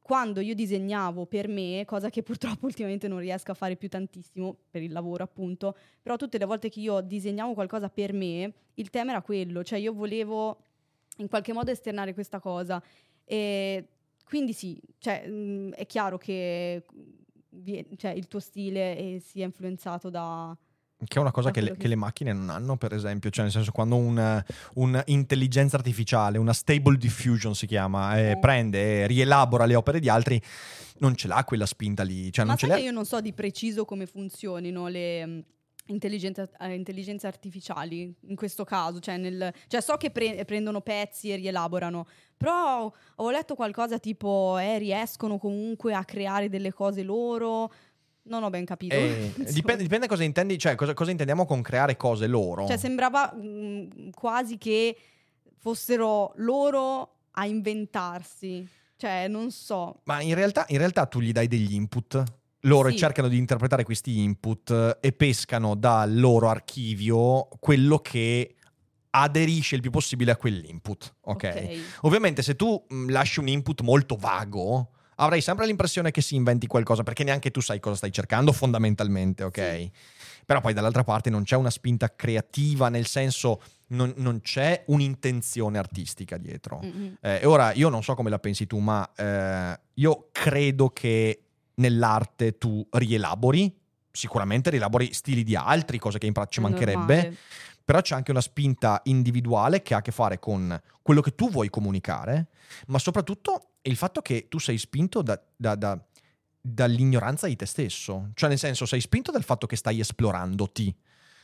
quando io disegnavo per me, cosa che purtroppo ultimamente non riesco a fare più tantissimo per il lavoro appunto, però tutte le volte che io disegnavo qualcosa per me, il tema era quello, cioè io volevo in qualche modo esternare questa cosa, e quindi sì, cioè mh, è chiaro che vie- cioè, il tuo stile eh, sia influenzato da... Che è una cosa da che le, quello che le macchine non hanno, per esempio, cioè nel senso quando un, un intelligenza artificiale, una stable diffusion si chiama, eh, Oh. prende e rielabora le opere di altri, non ce l'ha quella spinta lì. Cioè, Ma non sai ce che l'ha... io non so di preciso come funzionino le mh, intelligenze, eh, intelligenze artificiali in questo caso, cioè, nel, cioè so che pre- prendono pezzi e rielaborano, però ho letto qualcosa tipo eh, riescono comunque a creare delle cose loro, non ho ben capito. Eh, Insomma. dipende, dipende cosa intendi, cioè cosa, cosa intendiamo con creare cose loro. Cioè sembrava mh, quasi che fossero loro a inventarsi, cioè non so. Ma in realtà, in realtà tu gli dai degli input, loro Sì. cercano di interpretare questi input e pescano dal loro archivio quello che aderisce il più possibile a quell'input, ok? Ok. Ovviamente se tu mh, lasci un input molto vago, avrai sempre l'impressione che si inventi qualcosa, perché neanche tu sai cosa stai cercando fondamentalmente, ok? Sì. Però poi dall'altra parte non c'è una spinta creativa, nel senso non, non c'è un'intenzione artistica dietro. Mm-hmm. Eh, e ora io non so come la pensi tu, ma eh, io credo che nell'arte tu rielabori, sicuramente rielabori stili di altri, cose che in pratica ci È mancherebbe, normale. però c'è anche una spinta individuale che ha a che fare con quello che tu vuoi comunicare, ma soprattutto il fatto che tu sei spinto da, da, da, dall'ignoranza di te stesso. Cioè nel senso sei spinto dal fatto che stai esplorandoti.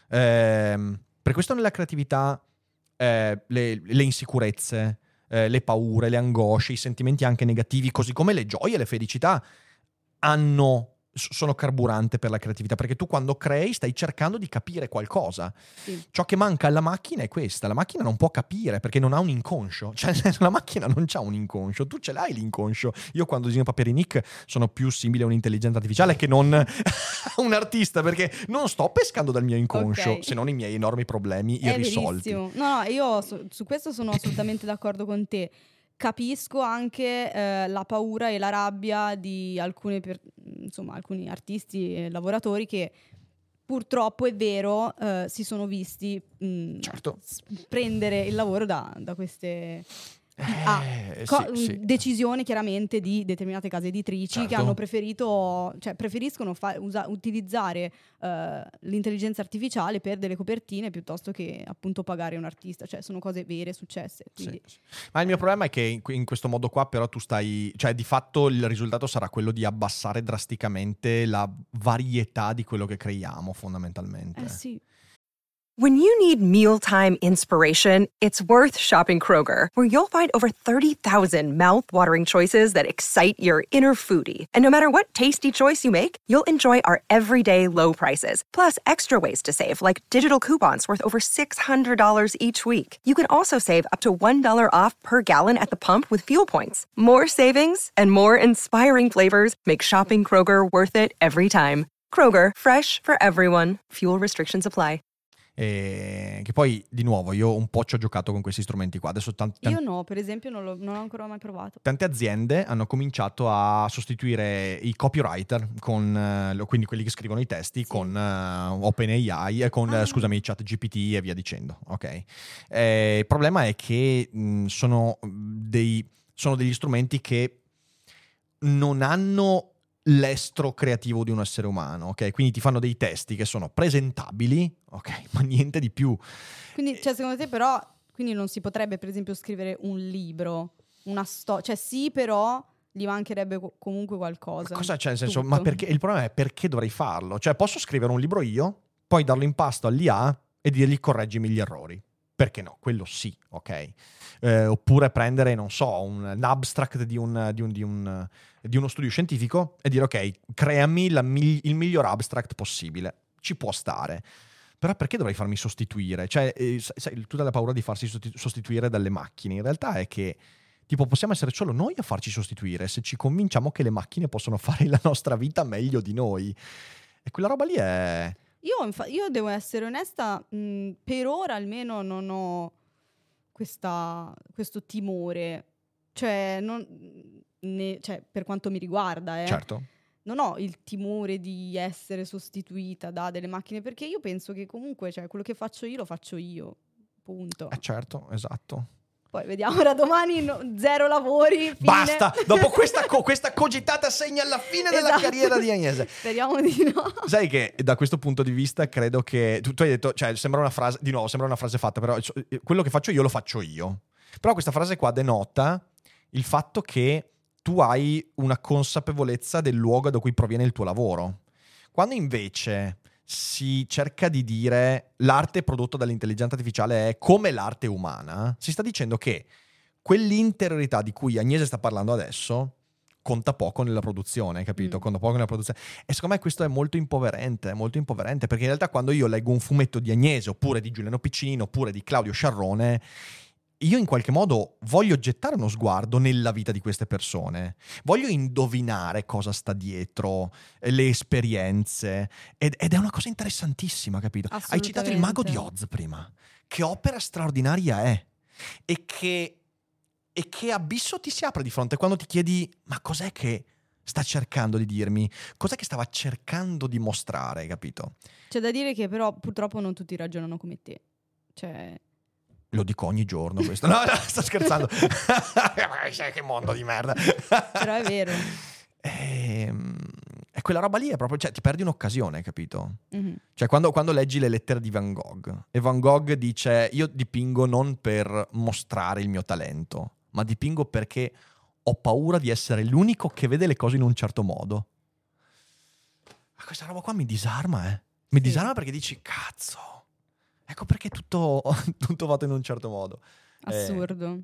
Ehm, per questo nella creatività eh, le, le insicurezze, eh, le paure, le angosce, i sentimenti anche negativi, così come le gioie e le felicità hanno... sono carburante per la creatività, perché tu quando crei stai cercando di capire qualcosa. Sì. Ciò che manca alla macchina è questa: la macchina non può capire perché non ha un inconscio, cioè la macchina non c'ha un inconscio, tu ce l'hai l'inconscio. Io quando disegno Paperinik sono più simile a un'intelligenza artificiale che non a un artista, perché non sto pescando dal mio inconscio, Ok. se non i miei enormi problemi È irrisolti. verissimo. No, no, io su, su questo sono assolutamente d'accordo con te. Capisco anche eh, la paura e la rabbia di alcune per- insomma, alcuni artisti e lavoratori che purtroppo è vero eh, si sono visti mh, Certo. s- prendere il lavoro da, da queste Eh, ah, sì, co- sì. decisione chiaramente di determinate case editrici Certo. che hanno preferito, cioè preferiscono fa- usa- utilizzare eh, l'intelligenza artificiale per delle copertine piuttosto che appunto pagare un artista, cioè sono cose vere successe, quindi Sì, sì. Ma il mio problema è che in, in questo modo qua però tu stai, cioè di fatto il risultato sarà quello di abbassare drasticamente la varietà di quello che creiamo fondamentalmente. eh sì. When you need mealtime inspiration, it's worth shopping Kroger, where you'll find over thirty thousand mouth-watering choices that excite your inner foodie. And no matter what tasty choice you make, you'll enjoy our everyday low prices, plus extra ways to save, like digital coupons worth over six hundred dollars each week. You can also save up to one dollar off per gallon at the pump with fuel points. More savings and more inspiring flavors make shopping Kroger worth it every time. Kroger, fresh for everyone. Fuel restrictions apply. E che poi di nuovo io un po' ci ho giocato con questi strumenti qua. Adesso tan- tan- Io no, per esempio non, l'ho, non ho ancora mai provato. tante aziende hanno cominciato a sostituire i copywriter con eh, quindi quelli che scrivono i testi Sì. con eh, OpenAI e con Ah. eh, scusami ChatGPT e via dicendo, ok? Eh, il problema è che mh, sono dei sono degli strumenti che non hanno l'estro creativo di un essere umano, ok? Quindi ti fanno dei testi che sono presentabili, ok? Ma niente di più. Quindi, cioè, secondo te però, quindi non si potrebbe per esempio scrivere un libro, una storia, cioè sì, però gli mancherebbe co- comunque qualcosa. Ma cosa c'è nel senso? Tutto. Ma perché il problema è perché dovrei farlo? Cioè, posso scrivere un libro io, poi darlo in pasto all'I A e dirgli correggimi gli errori. Perché no? Quello sì, ok? Eh, oppure prendere, non so, un, un abstract di, un, di, un, di, un, di uno studio scientifico e dire, ok, creami la migli- il miglior abstract possibile. Ci può stare. Però perché dovrei farmi sostituire? Cioè, eh, sai, tutta la paura di farsi sostitu- sostituire dalle macchine. In realtà è che, tipo, possiamo essere solo noi a farci sostituire se ci convinciamo che le macchine possono fare la nostra vita meglio di noi. E quella roba lì è... Io, infa- io devo essere onesta, mh, per ora almeno non ho questa, questo timore. Cioè, non, ne- cioè, per quanto mi riguarda, eh. Certo. Non ho il timore di essere sostituita da delle macchine, perché io penso che comunque, cioè, quello che faccio io lo faccio io, punto. Eh certo, esatto. Poi vediamo da domani, no- zero lavori, fine. Basta, dopo questa, co- questa cogitata segna la fine della Esatto. carriera di Agnese. Speriamo di no. Sai che da questo punto di vista credo che tu, tu hai detto, cioè sembra una frase, di nuovo sembra una frase fatta, però quello che faccio io lo faccio io. Però questa frase qua denota il fatto che tu hai una consapevolezza del luogo da cui proviene il tuo lavoro. Quando invece si cerca di dire l'arte prodotta dall'intelligenza artificiale è come l'arte umana, si sta dicendo che quell'interiorità di cui Agnese sta parlando adesso conta poco nella produzione, capito? Mm. Conta poco nella produzione. E secondo me questo è molto impoverente, molto impoverente, perché in realtà quando io leggo un fumetto di Agnese, oppure di Giuliano Piccinino, oppure di Claudio Sciarrone, io in qualche modo voglio gettare uno sguardo nella vita di queste persone, voglio indovinare cosa sta dietro, eh, le esperienze, ed, ed è una cosa interessantissima, capito? Hai citato il Mago di Oz prima, che opera straordinaria è, e che, e che abisso ti si apre di fronte quando ti chiedi ma cos'è che sta cercando di dirmi, cos'è che stava cercando di mostrare, capito? C'è da dire che però purtroppo non tutti ragionano come te, cioè... Lo dico ogni giorno questo. No, no, sto scherzando. Che mondo di merda. Però è vero. E, e quella roba lì è proprio... Cioè, ti perdi un'occasione, capito? Mm-hmm. Cioè, quando, quando leggi le lettere di Van Gogh, e Van Gogh dice io dipingo non per mostrare il mio talento, ma dipingo perché ho paura di essere l'unico che vede le cose in un certo modo. Ma questa roba qua mi disarma, eh. Mi Sì. disarma perché dici, cazzo... Ecco perché tutto, tutto fatto in un certo modo. Assurdo. Eh,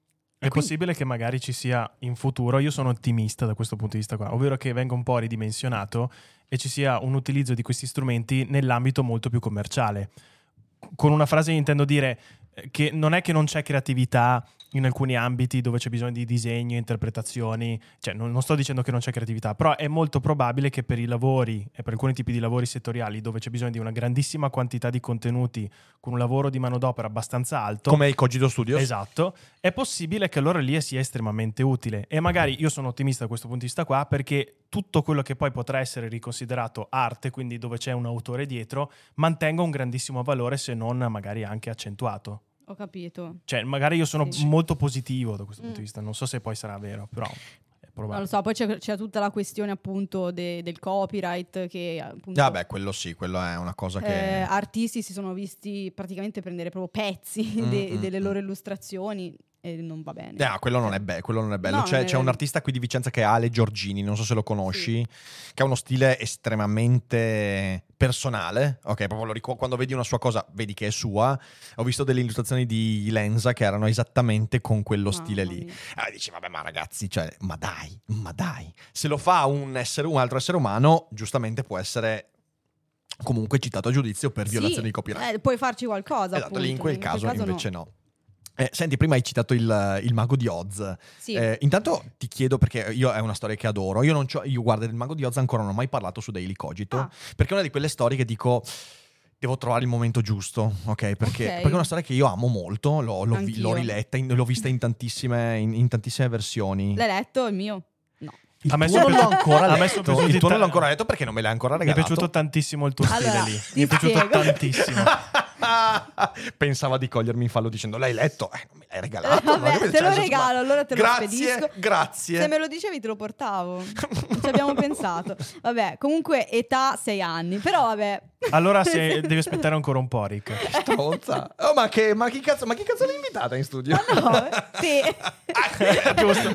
È quindi, possibile che magari ci sia in futuro, io sono ottimista da questo punto di vista qua, ovvero che venga un po' ridimensionato e ci sia un utilizzo di questi strumenti nell'ambito molto più commerciale. Con una frase intendo dire che non è che non c'è creatività in alcuni ambiti dove c'è bisogno di disegno, interpretazioni, cioè non, non sto dicendo che non c'è creatività, però è molto probabile che per i lavori e per alcuni tipi di lavori settoriali dove c'è bisogno di una grandissima quantità di contenuti con un lavoro di manodopera abbastanza alto, come i Cogito Studios, esatto, è possibile che allora lì sia estremamente utile. E magari io sono ottimista da questo punto di vista qua, perché tutto quello che poi potrà essere riconsiderato arte, quindi dove c'è un autore dietro, mantenga un grandissimo valore, se non magari anche accentuato. Ho capito. Cioè, magari io sono Sì. molto positivo da questo Mm. punto di vista. Non so se poi sarà vero, però è probabile. Non lo so, poi c'è, c'è tutta la questione appunto de- del copyright che appunto... vabbè, quello sì, quello è una cosa che... eh, artisti si sono visti praticamente prendere proprio pezzi Mm, de- mm, delle mm. loro illustrazioni e non va bene. Ah, quello non è, be- quello non è bello. No, c'è, non è- c'è un artista qui di Vicenza che è Ale Giorgini, non so se lo conosci, che ha uno stile estremamente personale. Ok, proprio lo ric- quando vedi una sua cosa, vedi che è sua. Ho visto delle illustrazioni di Lenza che erano esattamente con quello Mamma stile lì. mia. Ah, dici, vabbè, ma ragazzi, cioè, ma dai, ma dai. Se lo fa un essere, un altro essere umano, giustamente può essere comunque citato a giudizio per Sì, violazione di copyright. eh, puoi farci qualcosa. Esatto, lì in quel appunto. caso, invece no. Eh, senti, prima hai citato il, il Mago di Oz. Sì. Eh, intanto ti chiedo, perché io è una storia che adoro. Io, non c'ho, io guarda, del Mago di Oz ancora non ho mai parlato su Daily Cogito. Ah. Perché è una di quelle storie che dico, devo trovare il momento giusto, ok? Perché, Ok. perché è una storia che io amo molto. L'ho, l'ho, vi- Anch'io. l'ho riletta, in- l'ho vista in tantissime, in, in tantissime versioni. L'hai letto il mio? No. Il A me tuo sono non l'ho piaciuto- ancora a me letto. sono piaciuti Il tuo non l'ho ta- ancora letto perché non me l'hai ancora Mi è regalato. piaciuto tantissimo il tuo stile Allora, lì. Mi ti è piaciuto spiego. tantissimo. Pensava di cogliermi in fallo dicendo l'hai letto? Eh, non me l'hai regalato. Vabbè, no? Come- te lo cioè, regalo, ma- allora te lo grazie, spedisco. Grazie, Se me lo dicevi te lo portavo. Non ci abbiamo pensato. Vabbè, comunque età sei anni. Però vabbè. Allora se devi aspettare ancora un po', Rick. Stronza. Oh, ma, che, ma chi cazzo, ma chi cazzo l'hai invitata in studio? Ma no, te. Ah, giusto.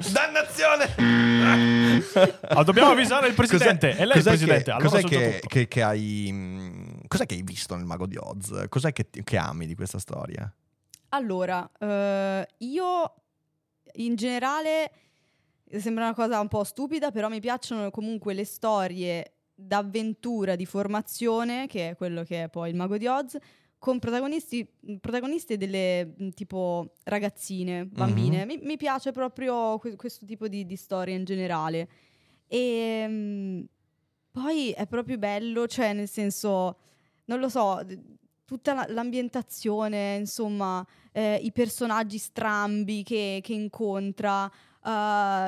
Dannazione. Oh, dobbiamo avvisare il presidente. Cos'è- E lei è il cos'è presidente. Che, Allora cos'è so già che, tutto. che, che hai. mh, Cos'è che hai visto nel Mago di Oz? Cos'è che, che ami di questa storia? Allora, eh, io in generale sembra una cosa un po' stupida, però mi piacciono comunque le storie d'avventura, di formazione, che è quello che è poi il Mago di Oz, con protagonisti, protagoniste delle mh, tipo ragazzine, bambine. Mhm. mi, mi piace proprio que- questo tipo di, di storia in generale. E mh, poi è proprio bello, cioè nel senso, non lo so, d- tutta la- l'ambientazione, insomma, eh, i personaggi strambi che, che incontra, eh,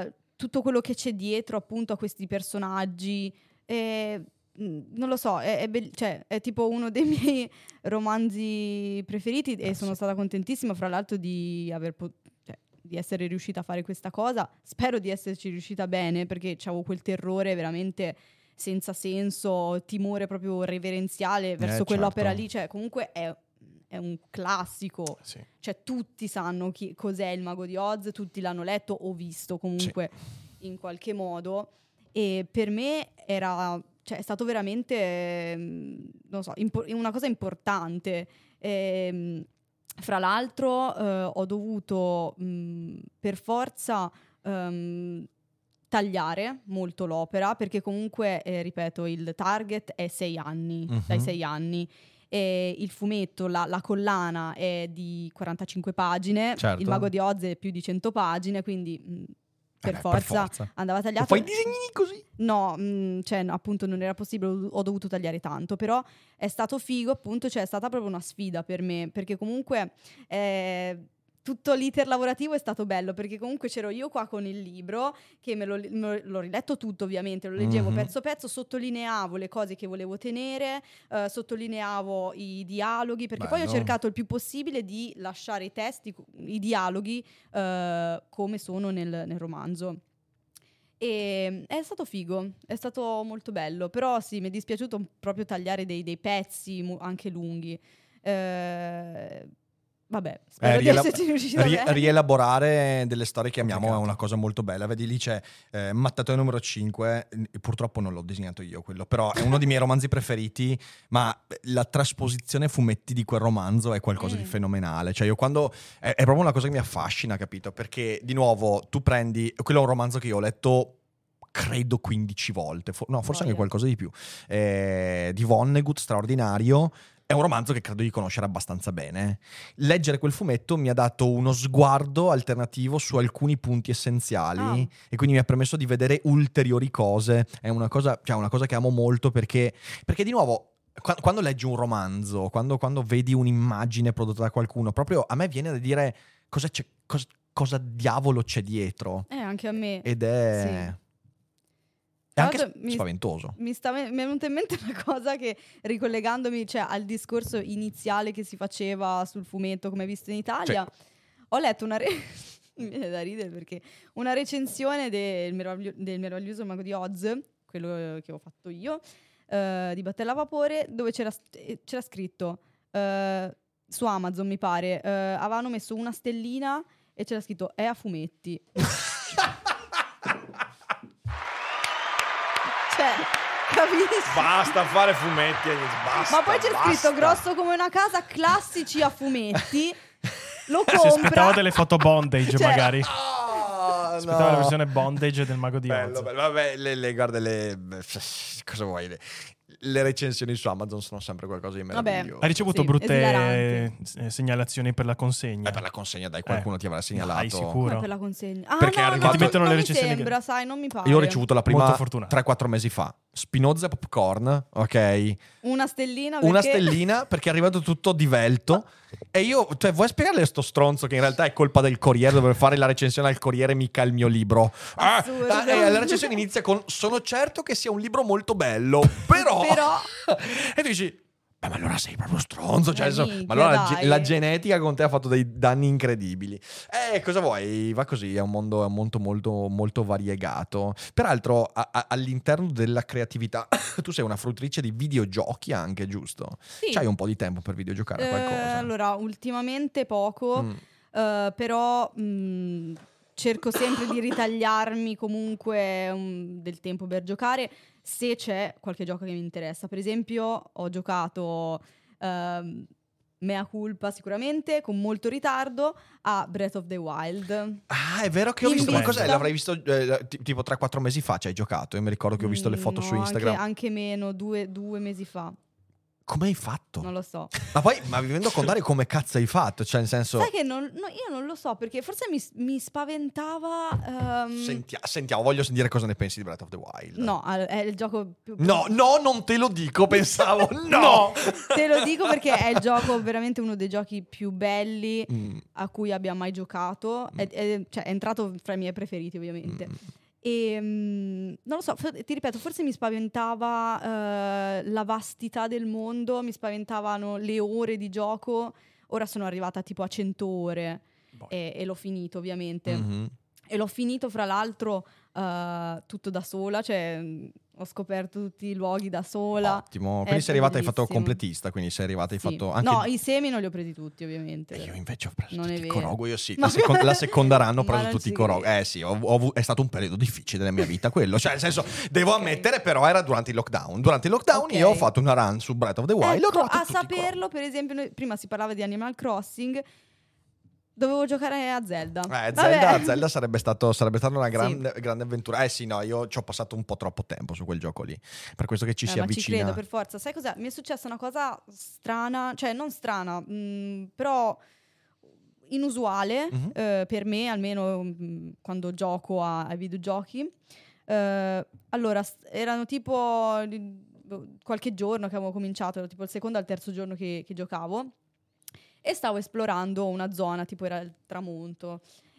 tutto quello che c'è dietro appunto a questi personaggi. E, non lo so, è, è, be- cioè, è tipo uno dei miei romanzi preferiti e ah, sono sì. stata contentissima fra l'altro di aver po- cioè, di essere riuscita a fare questa cosa. Spero di esserci riuscita bene, perché c'avevo quel terrore veramente senza senso, timore proprio reverenziale verso eh, quell'opera certo. lì, cioè comunque è, è un classico, sì. cioè tutti sanno chi, cos'è il Mago di Oz, tutti l'hanno letto o visto comunque sì. in qualche modo, e per me era, cioè è stato veramente eh, non so, impo- una cosa importante. E, fra l'altro eh, ho dovuto mh, per forza um, tagliare molto l'opera, perché comunque, eh, ripeto, il target è sei anni, uh-huh. dai sei anni, e il fumetto, la, la collana è di quarantacinque pagine, certo. il Mago di Oz è più di cento pagine, quindi mh, per, eh forza per forza andava tagliato. Fai i disegnini così? No, mh, cioè no, appunto non era possibile, ho dovuto tagliare tanto, però è stato figo, appunto, cioè è stata proprio una sfida per me, perché comunque eh, tutto l'iter lavorativo è stato bello, perché comunque c'ero io qua con il libro, che me, lo, me l'ho riletto tutto ovviamente, lo leggevo mm-hmm. pezzo pezzo, sottolineavo le cose che volevo tenere, eh, sottolineavo i dialoghi, perché bello. Poi ho cercato il più possibile di lasciare i testi, i dialoghi eh, come sono nel, nel romanzo. E è stato figo, è stato molto bello, però sì, mi è dispiaciuto proprio tagliare dei, dei pezzi anche lunghi. Eh, Vabbè, spero eh, rielab- di esserci riuscita rie- rielaborare delle storie che amiamo è una cosa molto bella. Vedi, lì c'è eh, Mattatoio numero cinque, purtroppo non l'ho disegnato io quello, però è uno dei miei romanzi preferiti, ma la trasposizione fumetti di quel romanzo è qualcosa mm. di fenomenale. Cioè io quando è, è proprio una cosa che mi affascina, capito? Perché di nuovo tu prendi, quello è un romanzo che io ho letto credo quindici volte, for- no forse oh, anche yeah. qualcosa di più, eh, di Vonnegut, straordinario. È un romanzo che credo di conoscere abbastanza bene. Leggere quel fumetto mi ha dato uno sguardo alternativo su alcuni punti essenziali oh. e quindi mi ha permesso di vedere ulteriori cose. È una cosa, cioè una cosa che amo molto, perché, perché di nuovo, quando, quando leggi un romanzo, quando, quando vedi un'immagine prodotta da qualcuno, proprio a me viene da dire cosa, c'è, cosa, cosa diavolo c'è dietro. Eh, anche a me. Ed è... Sì. È anche mi, spaventoso. Mi, sta, mi è venuta in mente una cosa che, ricollegandomi cioè, al discorso iniziale che si faceva sul fumetto come visto in Italia, sì. ho letto una re- mi viene da ridere perché una recensione del, meraviglio- del meraviglioso Mago di Oz, quello che ho fatto io, uh, di Battella a Vapore, dove c'era, c'era scritto uh, su Amazon, mi pare, uh, avevano messo una stellina e c'era scritto è a fumetti. Capisci? Basta fare fumetti, basta. Ma poi c'è basta. scritto grosso come una casa, classici a fumetti. Lo compra. Si aspettava delle foto bondage, cioè, magari. Oh, aspettava no. la versione bondage del Mago di bello, Oz. Bello. Vabbè, le, le guarda le cosa vuoi? Le, le recensioni su Amazon sono sempre qualcosa di meraviglioso. Hai ricevuto sì, brutte eh, segnalazioni per la consegna? Eh, per la consegna, dai, qualcuno eh. ti avrà segnalato. Dai, sicuro. Ma per la consegna. Ah, perché no, arrivato... no, ti mettono non le mi recensioni sembra, che... sai, non mi pare. Io ho ricevuto la prima tre quattro mesi fa. Spinoza Popcorn, ok? Una stellina perché... Una stellina perché è arrivato tutto divelto. E io, cioè, vuoi spiegarle a sto stronzo che in realtà è colpa del Corriere, dove fare la recensione al Corriere, mica il mio libro. Ah, e la recensione inizia con sono certo che sia un libro molto bello, però... però... e tu dici... Beh, ma allora sei proprio stronzo, cioè, minchia, so, ma allora la, la genetica con te ha fatto dei danni incredibili. Eh, cosa vuoi? Va così, è un mondo, è un mondo molto, molto variegato. Peraltro, a, a, all'interno della creatività, tu sei una fruttrice di videogiochi anche, giusto? Sì. C'hai un po' di tempo per videgiocare a qualcosa? Eh, allora, ultimamente poco, mm. uh, però... Mh, cerco sempre di ritagliarmi comunque um, del tempo per giocare se c'è qualche gioco che mi interessa. Per esempio ho giocato uh, mea culpa sicuramente con molto ritardo a Breath of the Wild. Ah, è vero che ho in visto, vista... ma cos'è? L'avrei visto eh, t- tipo tre quattro mesi fa ci hai giocato. Io mi ricordo che ho visto le foto no, su Instagram. Anche, anche meno, due, due mesi fa. Come hai fatto? Non lo so. Ma poi, ma vivendo con Dario, come cazzo hai fatto? Cioè, nel senso... Sai che non, no, io non lo so, perché forse mi, mi spaventava... Um... Sentia, sentiamo, voglio sentire cosa ne pensi di Breath of the Wild. No, è il gioco più... No, no, non te lo dico, pensavo, no! no! Te lo dico perché è il gioco, veramente uno dei giochi più belli mm. a cui abbia mai giocato. Mm. È, è, cioè, è entrato fra i miei preferiti, ovviamente. Mm. E mh, non lo so, f- ti ripeto, forse mi spaventava eh, la vastità del mondo, mi spaventavano le ore di gioco. Ora sono arrivata tipo a cento ore e, e l'ho finito ovviamente. Mm-hmm. E l'ho finito fra l'altro uh, tutto da sola, cioè mh, ho scoperto tutti i luoghi da sola. Ottimo, È quindi sei arrivata, hai fatto bellissimo. completista, quindi sei arrivata, hai Sì. fatto anche... No, i semi non li ho presi tutti ovviamente. E io invece ho preso Non è tutti i vero. Korogu, io sì, Ma- la, seconda, la seconda run ho Ma preso non tutti i ci Korogu. credo. Eh sì, ho, ho avu- è stato un periodo difficile della mia vita quello, cioè nel senso, devo Ok. ammettere, però era durante il lockdown. Durante il lockdown Ok. io ho fatto una run su Breath of the Wild, ho Ecco, trovato a tutti i Korogu. saperlo, per esempio, noi- prima si parlava di Animal Crossing, dovevo giocare a Zelda. Eh, Vabbè. Zelda, Zelda sarebbe, stato, sarebbe stata una grande, grande avventura. Eh sì, no, io ci ho passato un po' troppo tempo su quel gioco lì. Per questo che ci Eh, si ma avvicina. ci credo per forza. Sai cos'è? Mi è successa una cosa strana, cioè non strana, mh, però inusuale Mhm. eh, per me, almeno mh, quando gioco a- ai videogiochi. Eh, allora, s- erano tipo di- boh, qualche giorno che avevo cominciato, era tipo il secondo al terzo giorno che, che giocavo, e stavo esplorando una zona, tipo era il tramonto.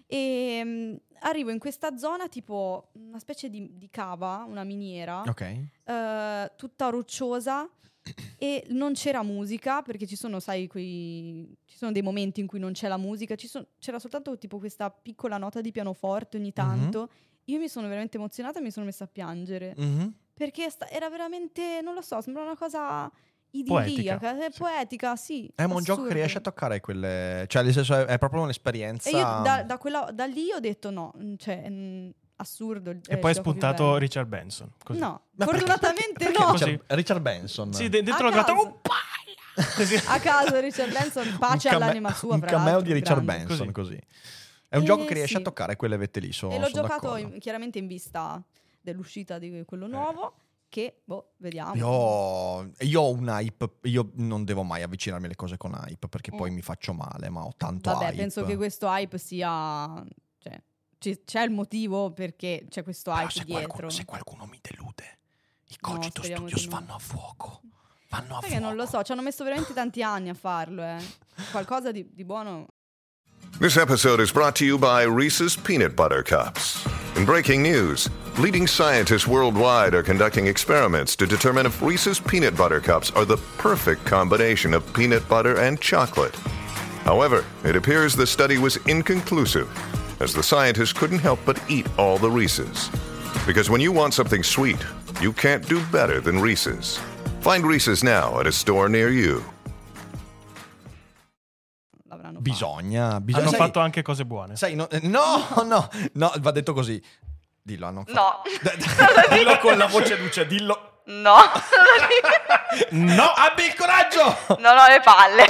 E mh, arrivo in questa zona, tipo una specie di, di cava, una miniera, Ok. eh, tutta rocciosa, e non c'era musica, perché ci sono, sai, quei, ci sono dei momenti in cui non c'è la musica, ci son- c'era soltanto tipo questa piccola nota di pianoforte ogni tanto. Io mi sono veramente emozionata e mi sono messa a piangere, Mhm. perché sta- era veramente, non lo so, sembra una cosa idilliaca, eh, poetica, sì. È un gioco che riesce a toccare quelle... Cioè, nel senso, è, è proprio un'esperienza... E io da, da, quella, da lì ho detto no, mm, cioè, mm, assurdo. il- E il poi è gioco più spuntato bello. Richard Benson. Così. No, Ma perché- fortunatamente perché no. Richard, Richard Benson. Sì, de- dentro A la grotta. caso. Oh, paia! Così. A caso Richard Benson, pace Un came- all'anima sua. Un fra cameo l'altro, di Richard grande. Benson, Così. così. È un Eh, gioco che riesce sì. a toccare quelle vette lì, sono E l'ho sono giocato d'accordo. in- chiaramente in vista dell'uscita di quello nuovo, che, boh, vediamo. Io, io ho un hype, io non devo mai avvicinarmi alle cose con hype perché poi Mm. mi faccio male, ma ho tanto Vabbè, hype. penso che questo hype sia... Cioè, ci- c'è il motivo perché c'è questo Però hype se dietro. qualcuno, se qualcuno mi delude, i No, Cogito speriamo Studios di no. vanno a fuoco. Vanno a Perché fuoco. non lo so, ci hanno messo veramente tanti anni a farlo, eh. Qualcosa di, di buono. This episode is brought to you by Reese's Peanut Butter Cups. In breaking news, leading scientists worldwide are conducting experiments to determine if Reese's Peanut Butter Cups are the perfect combination of peanut butter and chocolate. However, it appears the study was inconclusive, as the scientists couldn't help but eat all the Reese's. Because when you want something sweet, you can't do better than Reese's. Find Reese's now at a store near you. L'avranno Bisogna, bisogna. Hanno sai- fatto anche cose buone. Sai, no, eh, no, no, no, va detto così. Dillo, hanno fatto. No. Dillo con la voce luce, dillo. No, No, abbi il coraggio! non ho le palle.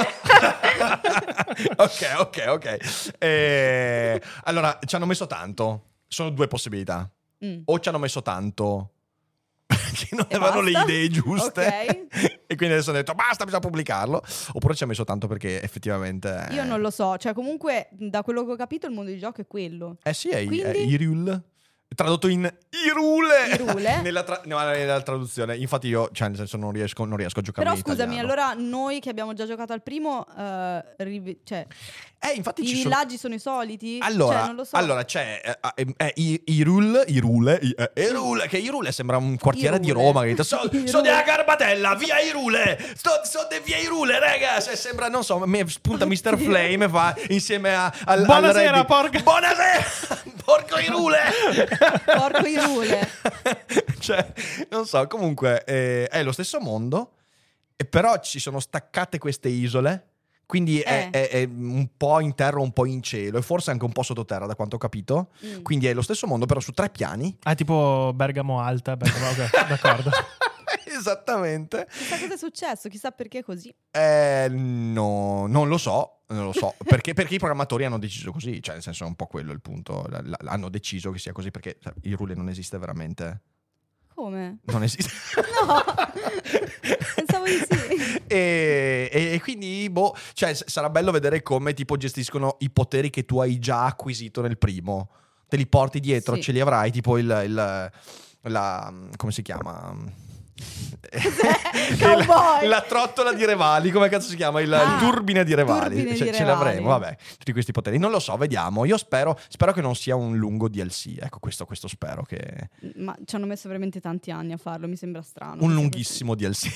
ok, ok, ok. Eh, allora, ci hanno messo tanto. Sono due possibilità. Mm. O ci hanno messo tanto che non E avevano basta? le idee giuste. Ok. E quindi adesso hanno detto basta, bisogna pubblicarlo. Oppure ci ha messo tanto perché effettivamente... Io non lo so, cioè comunque da quello che ho capito il mondo di gioco è quello. Eh sì, è, è Quindi- Hyrule. Tradotto in Irule, Irule? nella, tra- no, nella traduzione. Infatti io, cioè nel senso non riesco, non riesco a giocare Però in scusami, italiano. allora noi che abbiamo già giocato al primo, eh, rive- cioè, Eh, infatti i ci sono... villaggi sono i soliti? Allora, Cioè, non lo so. allora c'è eh, eh, eh, I- Irule, Irule, I- eh, Irule, che Irule sembra un quartiere di Irule. Roma. Che dice, so, Irule. so della Garbatella, via Irule, sto, so de via Irule, raga. Se sembra, non so, mi spunta mister Oddio. Flame e fa insieme a, al Buonasera, al porca- Buonasera, porco Irule. Porco Irule. Cioè, non so, comunque eh, è lo stesso mondo, e però ci sono staccate queste isole. Quindi è, Eh. è- è un po' in terra, un po' in cielo, e forse anche un po' sottoterra, da quanto ho capito. Mm. Quindi è lo stesso mondo, però su tre piani. Ah, tipo Bergamo Alta, Bergamo, ok, d'accordo. Esattamente. Chissà cosa è successo, chissà perché è così. Eh, no, non lo so, non lo so. perché, perché i programmatori hanno deciso così. Cioè, nel senso, è un po' quello il punto. La- la- hanno deciso che sia così perché sai, Irule non esiste veramente. Come? Non esiste. No, pensavo di sì. E, e- e quindi, boh, cioè, s- sarà bello vedere come tipo gestiscono i poteri che tu hai già acquisito nel primo. Te li porti dietro, Sì. ce li avrai, tipo il, il- la, come si chiama? Cowboy. la, la trottola di Revali, come cazzo si chiama? Il, Ah, il turbine di Revali. turbine Ce, di ce Revali. l'avremo, vabbè, tutti questi poteri. Non lo so, vediamo. Io spero, spero che non sia un lungo D L C. Ecco, questo, questo spero che... Ma ci hanno messo veramente tanti anni a farlo, mi sembra strano. Un che sia lunghissimo D L C.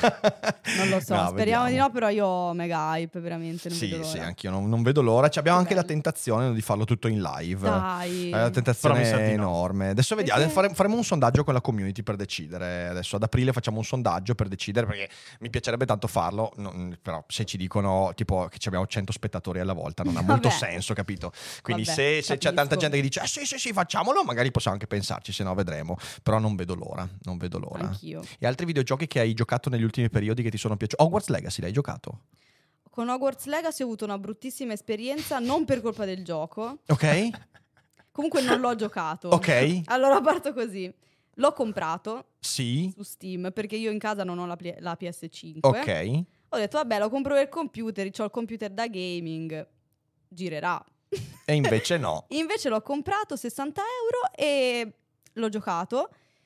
così. Non lo so, No, speriamo vediamo. di no, però io mega hype, veramente, non Sì, vedo l'ora. sì, anch'io non, non vedo l'ora. Ci abbiamo Che anche la bello. tentazione di farlo tutto in live. Dai. È una tentazione Però mi sa di no. enorme. Adesso vediamo, Perché? fare- faremo un sondaggio con la community per decidere. Adesso ad aprile facciamo un sondaggio per decidere, perché mi piacerebbe tanto farlo, non- però se ci dicono tipo che ci abbiamo cento spettatori alla volta non ha molto Vabbè. senso, capito? Quindi Vabbè, se, se c'è capisco. tanta gente che dice eh, sì sì sì facciamolo, magari possiamo anche pensarci, se no vedremo. Però non vedo l'ora, non vedo l'ora. Anch'io. E altri videogiochi che hai giocato negli ultimi periodi che ti sono piaciuti? Hogwarts Legacy l'hai giocato? Con Hogwarts Legacy ho avuto una bruttissima esperienza, non per colpa del gioco. Ok? Comunque non l'ho giocato. Ok. Allora parto così. L'ho comprato Sì. su Steam perché io in casa non ho la, pli- la P S cinque. Ok. Ho detto vabbè, lo compro per computer, ho il computer da gaming, girerà. E invece no. Invece l'ho comprato sessanta euro e l'ho giocato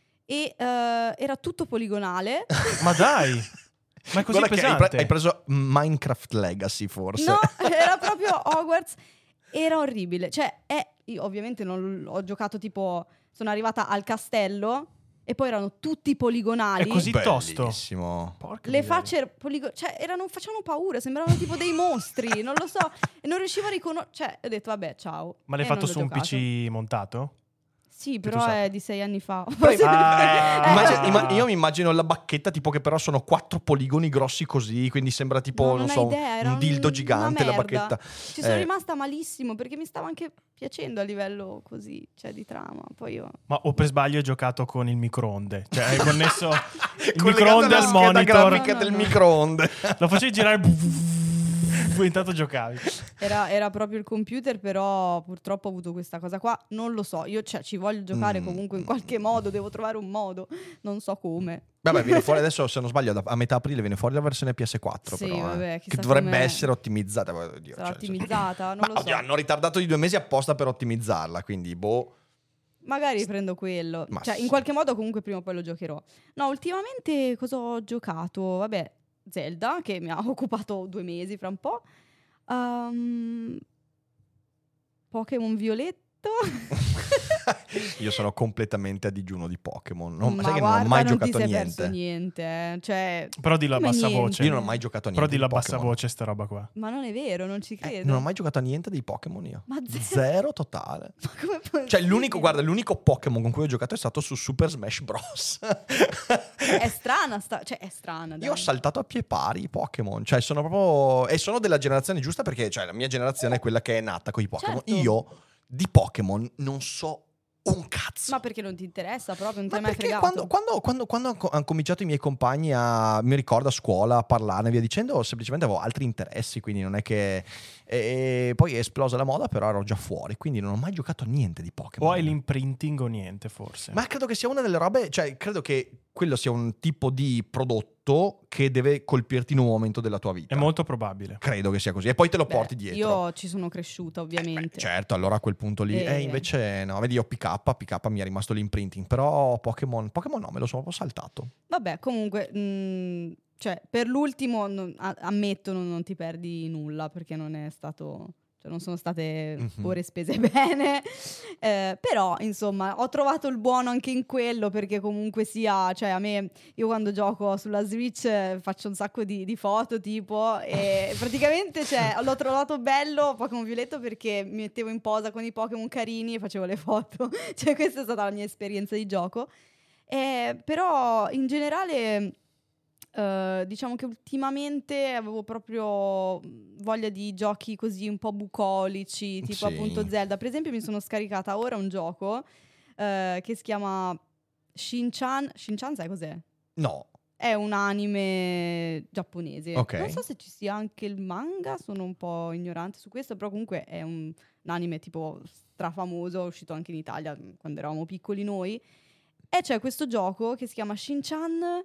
e eh, era tutto poligonale. Ma dai! Ma è così Guarda che hai, pesante? pre- hai preso Minecraft Legacy forse. No, era proprio Hogwarts. Era orribile. Cioè, è, io ovviamente non l- ho giocato tipo... Sono arrivata al castello e poi erano tutti poligonali. È così tosto. Bellissimo. Porca Le miseria. facce poligo- cioè erano, facevano paura, sembravano tipo dei mostri, non lo so. E non riuscivo a riconoscere. Cioè, ho detto vabbè, ciao. Ma l'hai E fatto non su l'ho un giocato. P C montato? Sì, tu però sappia. è di sei anni fa. Ah. Immagina- imma- io mi immagino la bacchetta tipo che però sono quattro poligoni grossi così, quindi sembra tipo, No, non, non so, hai un- idea, era un dildo un- gigante una la merda. bacchetta. Ci sono Eh, rimasta malissimo perché mi stava anche piacendo a livello così, cioè di trama. Poi io... Ma o per sbaglio hai giocato con il microonde? Cioè hai connesso il collegato microonde alla al scheda monitor, grafica No, no, del no. microonde. lo facevi girare e intanto giocavi. Era, era proprio il computer, però purtroppo ho avuto questa cosa qua. Non lo so, io cioè, ci voglio giocare Mm. comunque in qualche modo, devo trovare un modo, non so come. Vabbè, viene fuori adesso, se non sbaglio, da- a metà aprile viene fuori la versione P S quattro, Sì, però, eh, vabbè, che chissà dovrebbe come- essere ottimizzata. Oddio, Sarà cioè, ottimizzata, non Ma lo oddio, so. hanno ritardato di due mesi apposta per ottimizzarla, quindi boh. Magari prendo quello. Ma Cioè, sì. in qualche modo comunque prima o poi lo giocherò. No, ultimamente cosa ho giocato? Vabbè, Zelda, che mi ha occupato due mesi fra un po'. Um, Pokémon Violetto. Io sono completamente a digiuno di Pokémon. Non, Ma sai che non ho guarda, mai non giocato ti a sei perso niente. niente. eh. Cioè, Però dillo a come bassa niente? voce. Io non ho mai giocato a niente. Però dillo a di bassa Pokémon. voce sta roba qua. Ma non è vero, non ci Eh, credo. non ho mai giocato a niente dei Pokémon io. Ma zero. Zero totale. Ma come può Cioè, l'unico, essere? guarda, l'unico Pokémon con cui ho giocato è stato su Super Smash Bros. È strana, sta- cioè è strana. Dai. Io ho saltato a pie pari i Pokémon. Cioè, sono proprio. E sono della generazione giusta perché, cioè, la mia generazione è quella che è nata con i Pokémon. Certo. Io di Pokémon non so un cazzo. Ma perché non ti interessa proprio, non ti Ma hai mai perché fregato? quando, quando, quando, quando hanno co- hanno cominciato i miei compagni a, mi ricordo a scuola, a parlarne e via dicendo, semplicemente avevo altri interessi, quindi non è che... E poi è esplosa la moda, però ero già fuori, quindi non ho mai giocato a niente di Pokémon. O hai l'imprinting o niente, forse. Ma credo che sia una delle robe, cioè credo che quello sia un tipo di prodotto che deve colpirti in un momento della tua vita. È molto probabile. Credo che sia così. E poi te lo Beh, porti dietro. Io ci sono cresciuta, Beh, ovviamente. certo, allora a quel punto lì. E- E invece no, vedi io P K, P K mi è rimasto l'imprinting, però Pokémon, Pokémon no, me lo sono proprio saltato. Vabbè, comunque, mh, cioè, per l'ultimo, non- a- ammetto, non, non ti perdi nulla, perché non è stato... Cioè, non sono state Mhm. ore spese bene. Eh, però, insomma, ho trovato il buono anche in quello, perché comunque sia... Cioè, a me, io quando gioco sulla Switch eh, faccio un sacco di, di foto, tipo, e praticamente, cioè, l'ho trovato bello Pokémon Violetto perché mi mettevo in posa con i Pokémon carini e facevo le foto. Cioè, questa è stata la mia esperienza di gioco. Eh, però in generale eh, diciamo che ultimamente avevo proprio voglia di giochi così un po' bucolici, tipo Sì. appunto Zelda. Per esempio mi sono scaricata ora un gioco eh, che si chiama Shin-chan. Shin-chan sai cos'è? No. È un anime giapponese. Ok. Non so se ci sia anche il manga, sono un po' ignorante su questo, però comunque è un, un anime tipo strafamoso, è uscito anche in Italia quando eravamo piccoli noi. E c'è questo gioco che si chiama Shin-chan.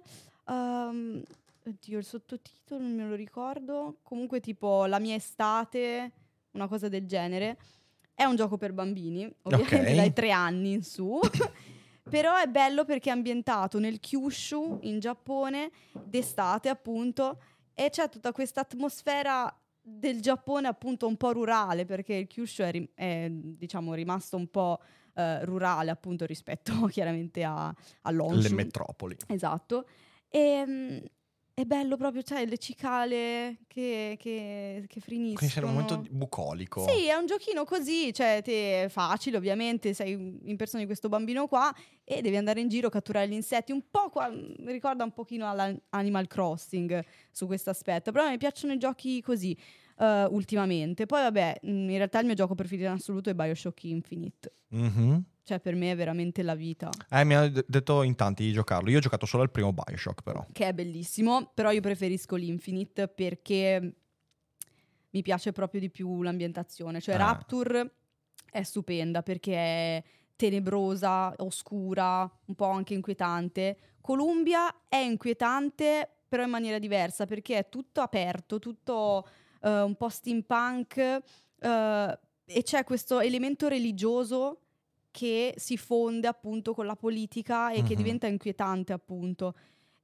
Um, oddio, il sottotitolo non me lo ricordo. Comunque, tipo La mia estate, una cosa del genere. È un gioco per bambini, ovviamente Ok. dai tre anni in su. Però è bello perché è ambientato nel Kyushu, in Giappone, d'estate appunto, e c'è tutta questa atmosfera del Giappone appunto un po' rurale, perché il Kyushu è, rim- è diciamo rimasto un po' eh, rurale appunto rispetto chiaramente a, all'Honshu. Le metropoli. Esatto. E mh, è bello proprio, cioè le cicale che, che, che finiscono. Quindi sei un momento bucolico. Sì, è un giochino così, cioè te è facile ovviamente, sei in persona di questo bambino qua e devi andare in giro a catturare gli insetti, un po' qua, mi ricorda un pochino all'Animal Crossing su questo aspetto, però mi piacciono i giochi così uh, ultimamente. Poi vabbè, in realtà il mio gioco preferito in assoluto è BioShock Infinite. Mm-hmm. Cioè per me è veramente la vita. Eh, mi hanno d- detto in tanti di giocarlo. Io ho giocato solo al primo BioShock però. Che è bellissimo, però io preferisco l'Infinite perché mi piace proprio di più l'ambientazione. Cioè Ah. Rapture è stupenda perché è tenebrosa, oscura, un po' anche inquietante. Columbia è inquietante però in maniera diversa perché è tutto aperto, tutto uh, un po' steampunk uh, e c'è questo elemento religioso che si fonde appunto con la politica e Mm-hmm. che diventa inquietante appunto.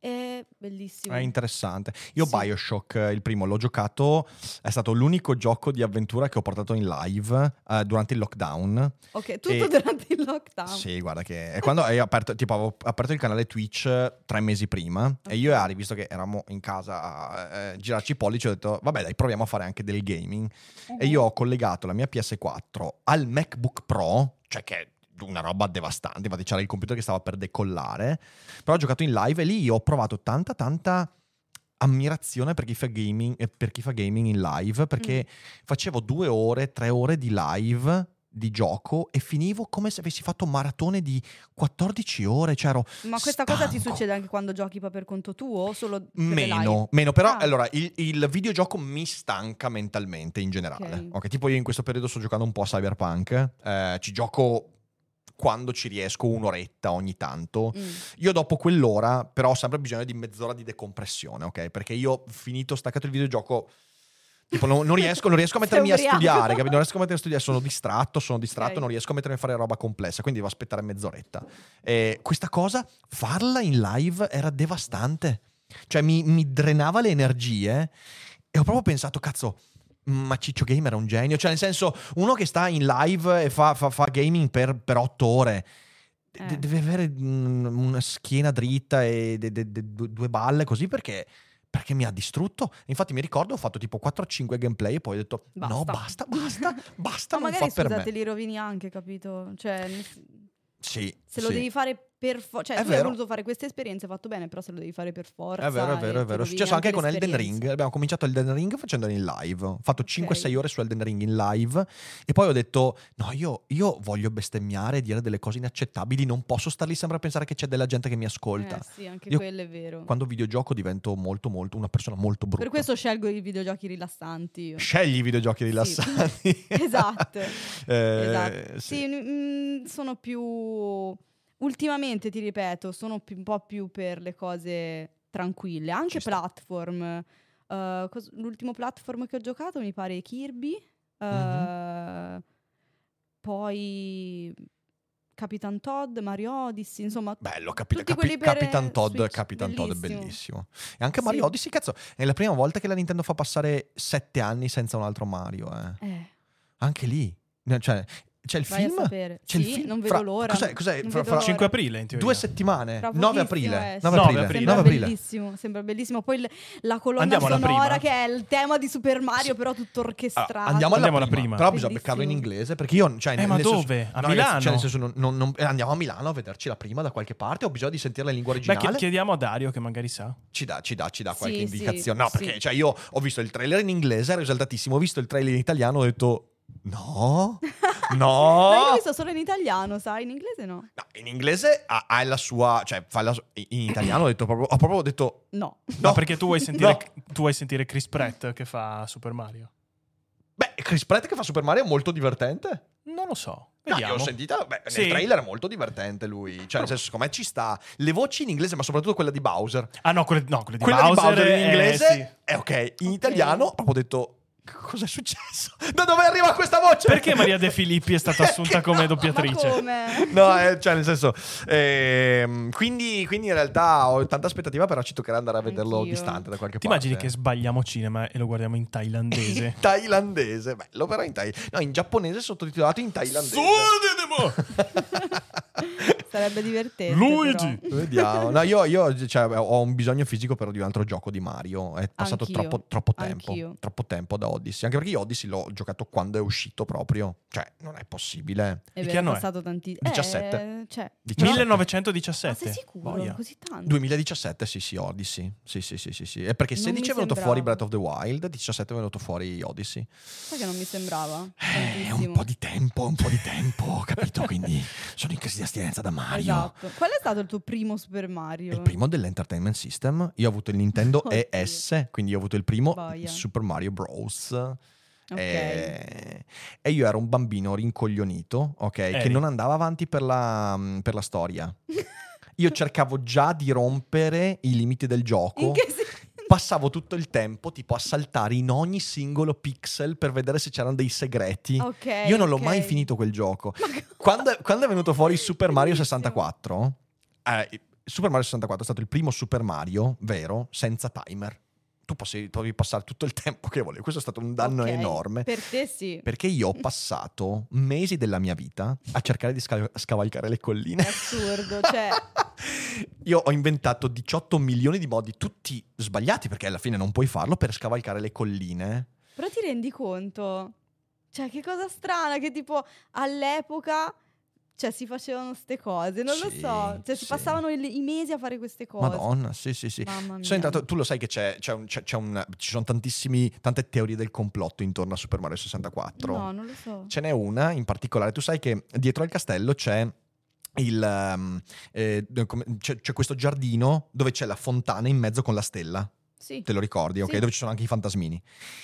È bellissimo. È interessante. Io Sì. BioShock, il primo, l'ho giocato, è stato l'unico gioco di avventura che ho portato in live eh, durante il lockdown. Ok, tutto E- durante il lockdown. Sì, guarda che... E quando hai aperto, tipo avevo aperto il canale Twitch tre mesi prima e io e Ari, visto che eravamo in casa a eh, girarci i pollici, ho detto vabbè dai, proviamo a fare anche del gaming. E io ho collegato la mia P S quattro al MacBook Pro, cioè che è una roba devastante, infatti c'era il computer che stava per decollare, però ho giocato in live e lì ho provato tanta tanta ammirazione per chi fa gaming, eh, per chi fa gaming in live, perché mm. facevo due ore, tre ore di live di gioco e finivo come se avessi fatto un maratone di quattordici ore, cioè ero Ma questa stanco. cosa ti succede anche quando giochi poi per conto tuo o solo per le live? Meno, meno, però Ah. allora il, il videogioco mi stanca mentalmente in generale. Ok. Ok, tipo io in questo periodo sto giocando un po' a Cyberpunk, eh, ci gioco quando ci riesco un'oretta ogni tanto. Mm. Io dopo quell'ora però ho sempre bisogno di mezz'ora di decompressione, ok? Perché io finito, staccato il videogioco, tipo non, non riesco, non riesco a Sei mettermi a ubriaco. studiare, capito? Non riesco a mettermi a studiare, sono distratto, sono distratto, Ok. non riesco a mettermi a fare roba complessa, quindi devo aspettare mezz'oretta. E questa cosa, farla in live era devastante. Cioè mi, mi drenava le energie e ho proprio pensato, cazzo, ma Ciccio Gamer è un genio. Cioè nel senso, uno che sta in live e fa, fa, fa gaming per, per otto ore Eh. de- deve avere mm, una schiena dritta e de- de- de- due due balle così perché... perché mi ha distrutto. Infatti mi ricordo ho fatto tipo quattro cinque gameplay e poi ho detto Basta. no basta basta basta Ma non magari fa per scusate me. li rovini anche, capito? Cioè nel- Sì, se lo sì. devi fare per forza, cioè È tu hai vero. voluto fare queste esperienze, hai fatto bene, però se lo devi fare per forza È vero, è vero, e è ti vero. È rovini successo anche con Elden l'esperienza. Ring. Abbiamo cominciato Elden Ring facendolo in live. Ho fatto cinque sei Ok. ore su Elden Ring in live. E poi ho detto: no, io, io voglio bestemmiare e dire delle cose inaccettabili. Non posso star lì sempre a pensare che c'è della gente che mi ascolta. Eh sì, anche Io quello è vero. Quando videogioco divento molto, molto una persona molto brutta. Per questo scelgo i videogiochi rilassanti io. Scegli i videogiochi rilassanti. Esatto. Eh, Esatto. sì. Sì, mm, sono più... Ultimamente, ti ripeto, sono più- un po' più per le cose tranquille. Anche Ci sta. platform. Uh, cos- l'ultimo platform che ho giocato mi pare Kirby. Uh, Mhm. Poi Capitan Todd, Mario Odyssey, insomma... Bello, Capi- tutti Capi- quelli per Capitan Todd, Switch, Capitan Todd è bellissimo. bellissimo. E anche Mario Sì. Odyssey, cazzo, è la prima volta che la Nintendo fa passare sette anni senza un altro Mario, eh. Eh, Anche lì, no, cioè, c'è il vai a film, sapere. c'è Sì, il film non vedo fra- l'ora. Cos'è, cos'è? Non fra- vedo fra- l'ora. cinque aprile in teoria. Due settimane, Tra nove pochissimo, aprile, eh, nove sì. aprile, nove Sembra nove aprile. bellissimo, sembra bellissimo. Poi l- la colonna Andiamo alla sonora prima? che è il tema di Super Mario, però tutto orchestrato. Allora, andiamo alla Andiamo alla prima, prima. però bisogna Bellissimo. beccarlo in inglese perché io, cioè, Eh, nel ma senso- dove? A no, ragazzi, Milano? cioè, nel senso, non- non- non- eh, andiamo a Milano a vederci la prima da qualche parte. Ho bisogno di sentirla in lingua Beh, originale. chi- chiediamo a Dario che magari sa. Ci dà, ci dà, ci dà qualche Sì, indicazione. sì, No, perché sì. cioè, io ho visto il trailer in inglese, ero esaltatissimo. Ho visto il trailer in italiano, ho detto no, no. Ma io l'ho visto solo in italiano, sai? In inglese no. No, in inglese ha, ha la sua, cioè fa la su- in italiano ho detto proprio, ho proprio detto No. No, perché tu vuoi sentire, No. tu vuoi sentire Chris Pratt che fa Super Mario. beh, Chris Pratt che fa Super Mario è molto divertente. Non lo so. No, Vediamo. io l'ho sentita, beh, Sì. nel trailer è molto divertente lui, cioè nel senso secondo me ci sta. Le voci in inglese, ma soprattutto quella di Bowser. Ah no, quelle, no, quelle di Quella Bowser, di Bowser in eh, inglese sì. è ok, in italiano ho proprio detto Cos'è successo? Da dove arriva questa voce? Perché Maria De Filippi è stata assunta come doppiatrice? Ma come? No, eh, cioè nel senso ehm, quindi, quindi in realtà ho tanta aspettativa, però ci toccherà andare a vederlo Anch'io. distante da qualche Ti parte. immagini che sbagliamo cinema e lo guardiamo in thailandese? In thailandese? Bello, però in thai... No, in giapponese sottotitolato in thailandese. Sarebbe divertente. Luigi! però. Vediamo. No, io, io cioè, ho un bisogno fisico però di un altro gioco di Mario. È passato Anch'io. troppo, troppo tempo. Anch'io. Troppo tempo da Odyssey. Anche perché io Odyssey l'ho giocato quando è uscito proprio. Cioè, non è possibile. È Di vero, che anno è è? passato tanti... diciassette. Eh, cioè, diciassette. Ma millenovecentodiciassette. sei sicuro? Boia. Così tanto? duemiladiciassette, sì, sì, Odyssey. Sì, sì, sì, sì, sì. È perché Non sedici mi è venuto sembrava. fuori Breath of the Wild, diciassette è venuto fuori Odyssey. Sai che non mi sembrava? Eh, Tantissimo. un po' di tempo, un po' di tempo, capito? Quindi sono in crisi di astinenza da Mario. Esatto. Qual è stato il tuo primo Super Mario? Il primo dell'Entertainment System. Io ho avuto il Nintendo Oddio. E S, quindi ho avuto il primo Boia. Super Mario Bros. Ok. E... e io ero un bambino rincoglionito, ok, che Eri. non andava avanti per la, per la storia. Io cercavo già di rompere i limiti del gioco. In che senso? Passavo tutto il tempo tipo a saltare in ogni singolo pixel per vedere se c'erano dei segreti. Ok, Io non l'ho ok. mai finito quel gioco. Quando, quando è venuto fuori Super Mario sessantaquattro, eh, Super Mario sessantaquattro è stato il primo Super Mario vero senza timer. Tu potevi, potevi passare tutto il tempo che volevi. Questo è stato un danno Ok, enorme. Per te sì. Perché io ho passato mesi della mia vita a cercare di sca- scavalcare le colline. È assurdo, cioè... Io ho inventato diciotto milioni di modi, tutti sbagliati, perché alla fine non puoi farlo, per scavalcare le colline. Però ti rendi conto? Cioè, che cosa strana che tipo all'epoca... Cioè, si facevano ste cose, non lo Sì, so. Cioè, si sì. passavano il- i mesi a fare queste cose. Madonna, sì, sì, sì. Mamma mia. Sono entrato, tu lo sai che c'è, c'è un, c'è, c'è un, ci sono tantissimi, tante teorie del complotto intorno a Super Mario sessantaquattro. No, non lo so. Ce n'è una in particolare. Tu sai che dietro al castello c'è il um, eh, come- c'è, c'è questo giardino dove c'è la fontana in mezzo con la stella. Sì. Te lo ricordi, ok? Sì. Dove ci sono anche i fantasmini.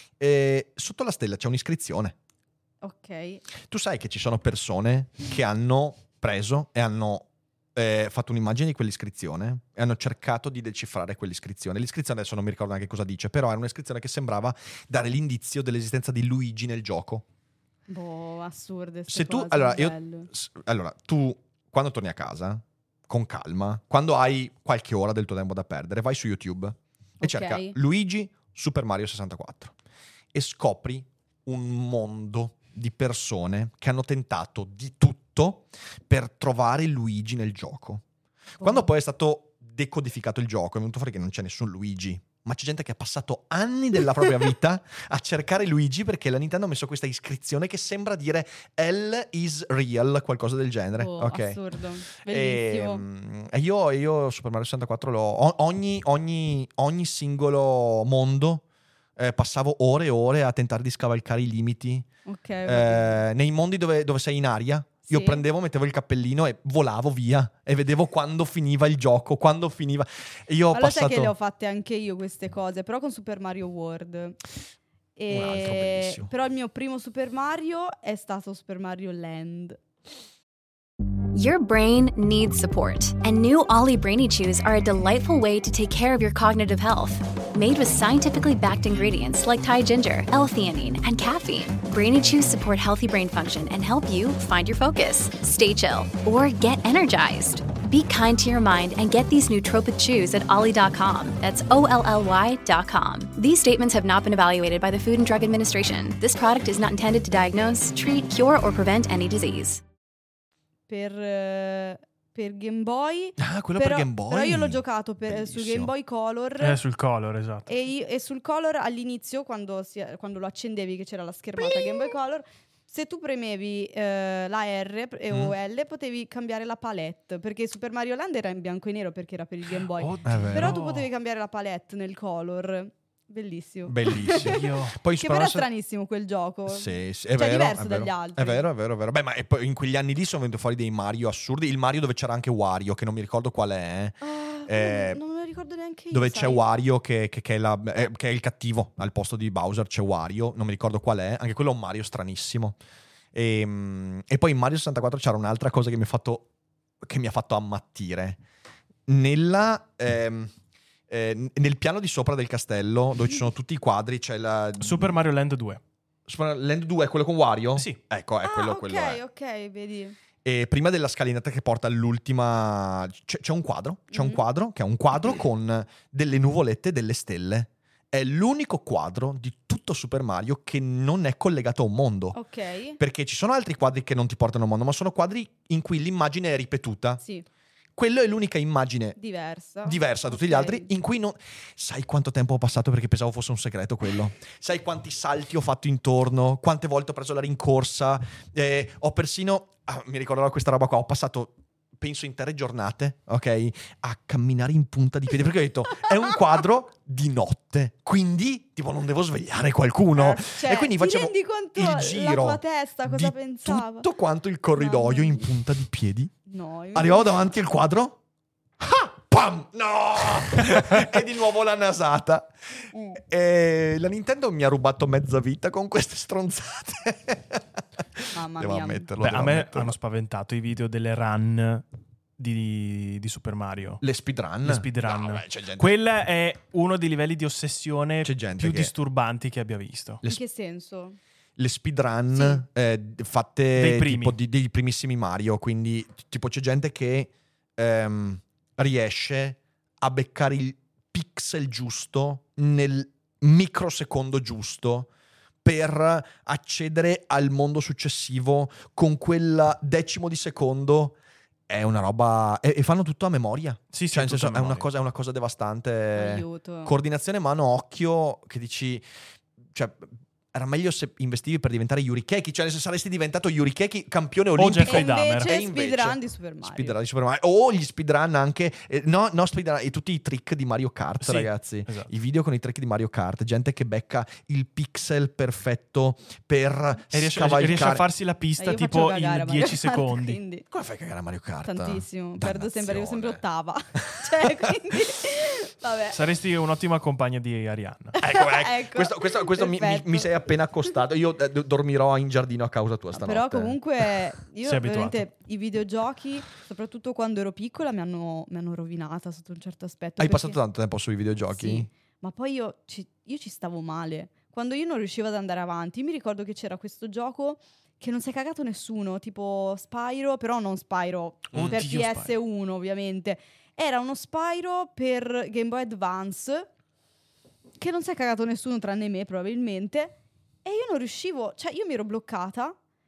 E sotto la stella c'è un'iscrizione. Ok. Tu sai che ci sono persone che hanno preso e hanno eh, fatto un'immagine di quell'iscrizione e hanno cercato di decifrare quell'iscrizione. L'iscrizione adesso non mi ricordo neanche cosa dice, però era un'iscrizione che sembrava dare l'indizio dell'esistenza di Luigi nel gioco. Boh, assurde ste Se tu, cose, allora, io, bello. s- allora, tu quando torni a casa, con calma, quando hai qualche ora del tuo tempo da perdere, vai su YouTube e Ok. cerca Luigi Super Mario sessantaquattro e scopri un mondo di persone che hanno tentato di tutto per trovare Luigi nel gioco. Quando poi è stato decodificato il gioco, è venuto fuori che non c'è nessun Luigi, ma c'è gente che ha passato anni della propria vita a cercare Luigi perché la Nintendo ha messo questa iscrizione che sembra dire L is real, qualcosa del genere. Boh, Ok. assurdo. Bellissimo. E, e io, io Super Mario sessantaquattro l'ho, o- ogni, ogni, ogni singolo mondo eh, passavo ore e ore a tentare di scavalcare i limiti. Ok, va bene. Eh, nei mondi dove, dove sei in aria, io Sì. prendevo, mettevo il cappellino e volavo via e vedevo quando finiva il gioco, quando finiva. E io ho Ma lo sai passato che le ho fatte anche io queste cose, però con Super Mario World. E... Un altro bellissimo. Però il mio primo Super Mario è stato Super Mario Land. Your brain needs support, and new Ollie Brainy Chews are a delightful way to take care of your cognitive health. Made with scientifically backed ingredients like Thai ginger, L-theanine, and caffeine, Brainy Chews support healthy brain function and help you find your focus, stay chill, or get energized. Be kind to your mind and get these nootropic chews at ollie dot com. That's O L L Y dot com. These statements have not been evaluated by the Food and Drug Administration. This product is not intended to diagnose, treat, cure, or prevent any disease. Per, eh, per Game Boy. Ah, quello però, per Game Boy. Però io l'ho giocato per- su Bellissimo. Game Boy Color. Eh, sul color, esatto. E, io- e sul Color all'inizio, quando, si- quando lo accendevi, che c'era la schermata Game Boy Color, se tu premevi eh, la R e Mm. o L, potevi cambiare la palette. Perché Super Mario Land era in bianco e nero perché era per il Game Boy. Oddio. È vero. Però tu potevi cambiare la palette nel Color. Bellissimo. Bellissimo. Io- Poi Che Super però è Mario stranissimo quel gioco. Sì, sì, è Cioè, vero, diverso è vero. dagli altri. È vero, è vero, è vero. Beh, ma e poi in quegli anni lì sono venuti fuori dei Mario assurdi. Il Mario dove c'era anche Wario, che non mi ricordo qual è. Ah, Eh, non me lo ricordo neanche io. Dove sai. c'è Wario che, che- che è la- eh, che è il cattivo al posto di Bowser, c'è Wario, non mi ricordo qual è. Anche quello è un Mario stranissimo. E, mm, e poi in Mario sessantaquattro c'era un'altra cosa che mi ha fatto, che mi ha fatto ammattire. Nella, ehm, eh, nel piano di sopra del castello, dove ci sono tutti i quadri, c'è la... Super Mario Land due. Super Land due è quello con Wario? Sì. Ecco, è Ah, quello, ok, quello è. ok, vedi. E prima della scalinata che porta all'ultima c'è, c'è un quadro, c'è un Mhm. quadro che è un quadro con delle nuvolette e delle stelle. È l'unico quadro di tutto Super Mario che non è collegato a un mondo. Ok. Perché ci sono altri quadri che non ti portano a un mondo, ma sono quadri in cui l'immagine è ripetuta. Sì, Quello è l'unica immagine diversa. diversa da tutti Ok. gli altri in cui non... Sai quanto tempo ho passato perché pensavo fosse un segreto quello? Sai quanti salti ho fatto intorno? Quante volte ho preso la rincorsa? Eh, ho persino... ah, mi ricorderò questa roba qua. Ho passato, penso, intere giornate, ok? A camminare in punta di piedi perché ho detto, è un quadro di notte. Quindi, tipo, non devo svegliare qualcuno. Eh, cioè, e quindi ti facevo rendi conto il la giro tua testa cosa di pensava? tutto quanto il corridoio Mamma in mia. punta di piedi. No, io- Arrivavo davanti al quadro. Ah! Pam! No! E di nuovo la nasata. Mm. E la Nintendo mi ha rubato mezza vita con queste stronzate. Mamma Devo mia. ammetterlo. Beh, devo a me ammetterlo. hanno spaventato i video delle run di, di Super Mario. Le speedrun. Le speedrun. No, beh, c'è gente... Quella è uno dei livelli di ossessione C'è gente più che- disturbanti che abbia visto. Le In che senso? le speedrun eh, fatte Dei primi. tipo di- dei primissimi Mario, quindi tipo c'è gente che ehm, riesce a beccare il pixel giusto nel microsecondo giusto per accedere al mondo successivo con quel decimo di secondo. È una roba... E, e fanno tutto a memoria. Sì, sì, Cioè, nel tutto senso, a è una memoria. cosa, è una cosa devastante. Aiuto. Coordinazione mano-occhio che dici... Cioè, era meglio se investivi per diventare Yuri Keki. Cioè, se saresti diventato Yuri Keki campione olimpico. Jeffrey E Dahmer. invece E invece- speedrun di Super Mario. Speedrun di Super Mario. O gli speedrun anche... eh, no, no, speedrun. E tutti i trick di Mario Kart, Sì, ragazzi. esatto. I video con i trick di Mario Kart. Gente che becca il pixel perfetto per E riesce, scavalcare... riesce a farsi la pista Eh, io tipo faccio cagare a in Mario dieci Kart, secondi. quindi Come fai a cagare a Mario Kart? tantissimo. Perdo sempre, arrivo sempre Dannazione. ottava. Cioè, quindi... Vabbè. Saresti un'ottima compagna di Arianna. Ecco, ecco. Ecco, questo, questo- questo mi, mi- perfetto. mi sei appena accostato. Io eh, d- dormirò in giardino a causa tua stanotte. Però comunque io Sei abituato. veramente i videogiochi, soprattutto quando ero piccola, mi hanno, mi hanno rovinata sotto un certo aspetto. Hai perché- passato tanto tempo sui videogiochi? Sì, ma poi io ci, io ci stavo male. Quando io non riuscivo ad andare avanti, mi ricordo che c'era questo gioco che non si è cagato nessuno, tipo Spyro, però non Spyro Oddio, per P S Spyro. uno ovviamente. Era uno Spyro per Game Boy Advance che non si è cagato nessuno tranne me probabilmente. E io non riuscivo, cioè io mi ero bloccata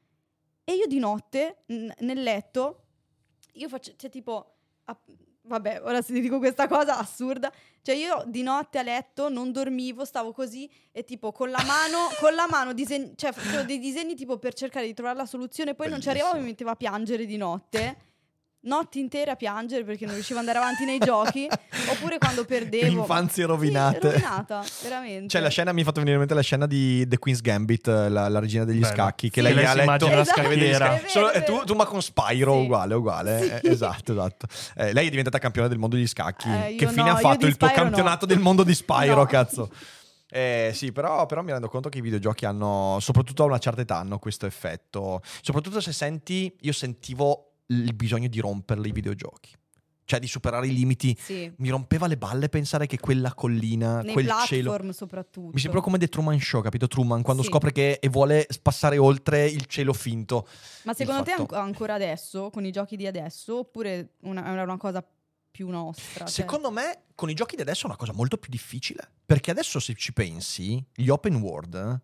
e io di notte n- nel letto, io faccio, cioè tipo, a- vabbè, ora se ti dico questa cosa assurda, cioè io di notte a letto non dormivo, stavo così e tipo con la mano, con la mano disegn- cioè facevo dei disegni tipo per cercare di trovare la soluzione, poi non ci arrivavo e mi mettevo a piangere di notte. Notti intere a piangere perché non riuscivo ad andare avanti nei giochi, oppure quando perdevo. Infanzie rovinate. Sì, rovinata, veramente. Cioè la scena mi ha fatto venire in mente la scena di The Queen's Gambit, la, la regina degli Bello. scacchi, che Sì. lei, Lei ha si letto immagina la Esatto, scacchiera. è vero, Solo- è tu, vero. tu ma con Spyro Sì. uguale, uguale. Sì. Eh, esatto, esatto. Eh, lei è diventata campione del mondo degli scacchi. Eh, io che fine no, ha io fatto di il tuo Spyro no. campionato del mondo di Spyro, No. cazzo? Eh, sì, però, però mi rendo conto che i videogiochi hanno, soprattutto a una certa età, hanno questo effetto. Soprattutto se senti, io sentivo il bisogno di romperli i videogiochi. Cioè di superare i limiti. Sì. Mi rompeva le balle pensare che quella collina, Nei quel platform cielo... soprattutto. Mi sembra come The Truman Show, capito? Truman, quando Sì. scopre che e vuole passare oltre il cielo finto. Ma secondo te fatto- anco- ancora adesso, con i giochi di adesso, oppure una- è una cosa più nostra? Cioè- Secondo me, con i giochi di adesso è una cosa molto più difficile. Perché adesso, se ci pensi, gli open world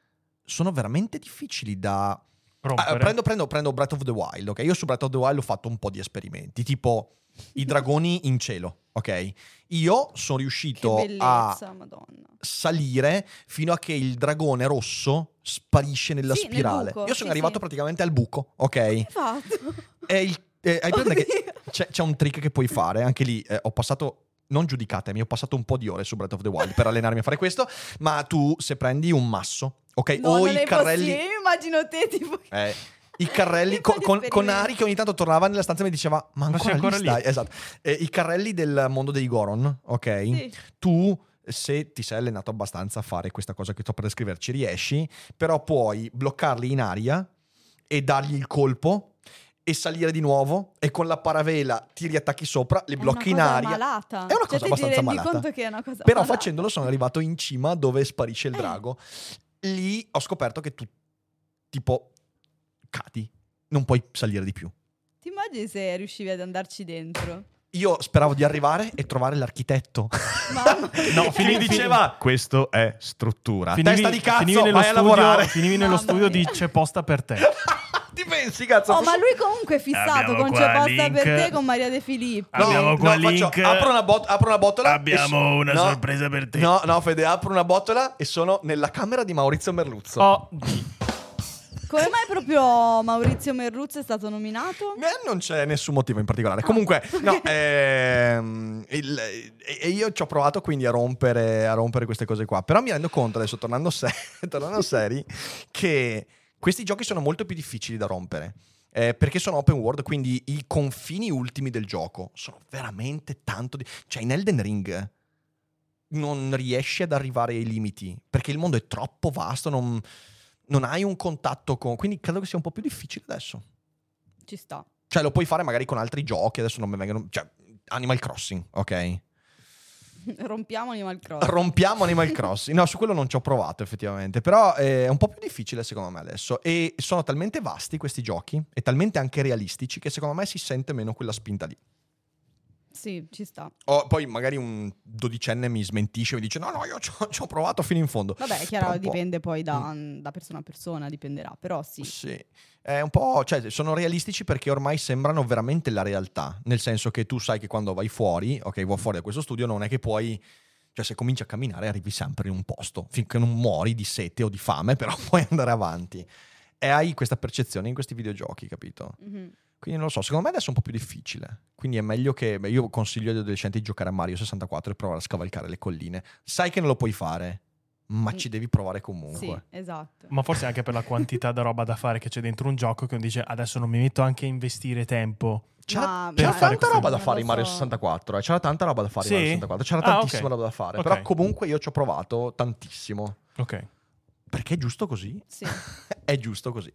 sono veramente difficili da... Rompere. Ah, prendo, prendo, prendo Breath of the Wild, ok? Io su Breath of the Wild ho fatto un po' di esperimenti, tipo i dragoni in cielo, ok? Io sono Che riuscito bellezza, a madonna. salire fino a che il dragone rosso sparisce nella Sì, nel spirale. buco, Io sono sì, arrivato sì. praticamente al buco, ok? Che hai fatto? E il, eh, hai presente che Oddio. c'è, c'è un trick che puoi fare, anche lì eh, ho passato, non giudicatemi, ho passato un po' di ore su Breath of the Wild per allenarmi a fare questo, ma tu se prendi un masso, ok? No, o non i è carrelli... possibile. Io immagino te tipo... Eh, i carrelli Mi co- fai con, gli con esperimenti. Ari che ogni tanto tornava nella stanza e mi diceva ma Ma sei ancora, ancora lì lì?" stai? Esatto. Eh, i carrelli del mondo dei Goron, ok? Sì. Tu se ti sei allenato abbastanza a fare questa cosa che sto per descriverci riesci, però puoi bloccarli in aria e dargli il colpo e salire di nuovo e con la paravela ti riattacchi sopra, le blocchi in aria. Malata. È una cioè, cosa abbastanza malata. Conto che è una cosa Però malata. facendolo sono arrivato in cima dove sparisce il Eh. drago. Lì ho scoperto che tu tipo cadi, non puoi salire di più. Ti immagini se riuscivi ad andarci dentro? Io speravo di arrivare e trovare l'architetto. Mamma No, Che fini- mi diceva questo è struttura. Testa di cazzo, finivi nello vai a studio, lavorare. Finivi nello Mamma studio mia. di C'è posta per te. Ti pensi, cazzo? Oh, ma lui comunque è fissato Abbiamo con qua C'è posta link. per te con Maria De Filippi. No, Abbiamo qua no, link. faccio- apro, una bot- apro una botola. Abbiamo e so- una no, sorpresa per te. No, no, Fede, apro una botola e sono nella camera di Maurizio Merluzzo. Oh, Come mai proprio Maurizio Merluzzo è stato nominato? Eh, non c'è nessun motivo in particolare. Comunque, no, ehm, il- e e io ci ho provato quindi a rompere, a rompere queste cose qua. Però mi rendo conto adesso, tornando, se- tornando seri, che questi giochi sono molto più difficili da rompere. Eh, perché sono open world, quindi i confini ultimi del gioco sono veramente tanto. Di- cioè, in Elden Ring non riesci ad arrivare ai limiti perché il mondo è troppo vasto, non, non hai un contatto con. Quindi credo che sia un po' più difficile adesso. Ci sta. Cioè, lo puoi fare magari con altri giochi, adesso non mi vengono. Cioè, Animal Crossing, ok? Rompiamo Animal Crossing. Rompiamo Animal Crossing. No, su quello non ci ho provato effettivamente. Però eh, è un po' più difficile secondo me adesso. E sono talmente vasti questi giochi e talmente anche realistici che secondo me si sente meno quella spinta lì. Sì, ci sta. O poi magari un dodicenne mi smentisce e mi dice no, no, io ci ho, ci ho provato fino in fondo. Vabbè, è Però chiaro, un po'. dipende poi da, da persona a persona, dipenderà, però sì. Sì, è un po', cioè sono realistici perché ormai sembrano veramente la realtà, nel senso che tu sai che quando vai fuori, ok, vai fuori da questo studio, non è che puoi, cioè se cominci a camminare arrivi sempre in un posto, finché non muori di sete o di fame, però puoi andare avanti. E hai questa percezione in questi videogiochi, capito? Mhm. Quindi non lo so, secondo me adesso è un po' più difficile. Quindi è meglio che, beh, io consiglio agli adolescenti di giocare a Mario sessantaquattro e provare a scavalcare le colline. Sai che non lo puoi fare, ma ci devi provare comunque. Sì, esatto. ma forse anche per la quantità di roba da fare che c'è dentro un gioco, che uno dice adesso non mi metto anche a investire tempo. C'era, Ma- c'era ma- tanta questo- roba da non fare lo in Mario so. sessantaquattro, eh. C'era tanta roba da fare Sì? in Mario sessantaquattro, c'era Ah, tantissima ok. roba da fare, Ok. però comunque io ci ho provato tantissimo, Ok. perché è giusto così. Sì, È giusto così.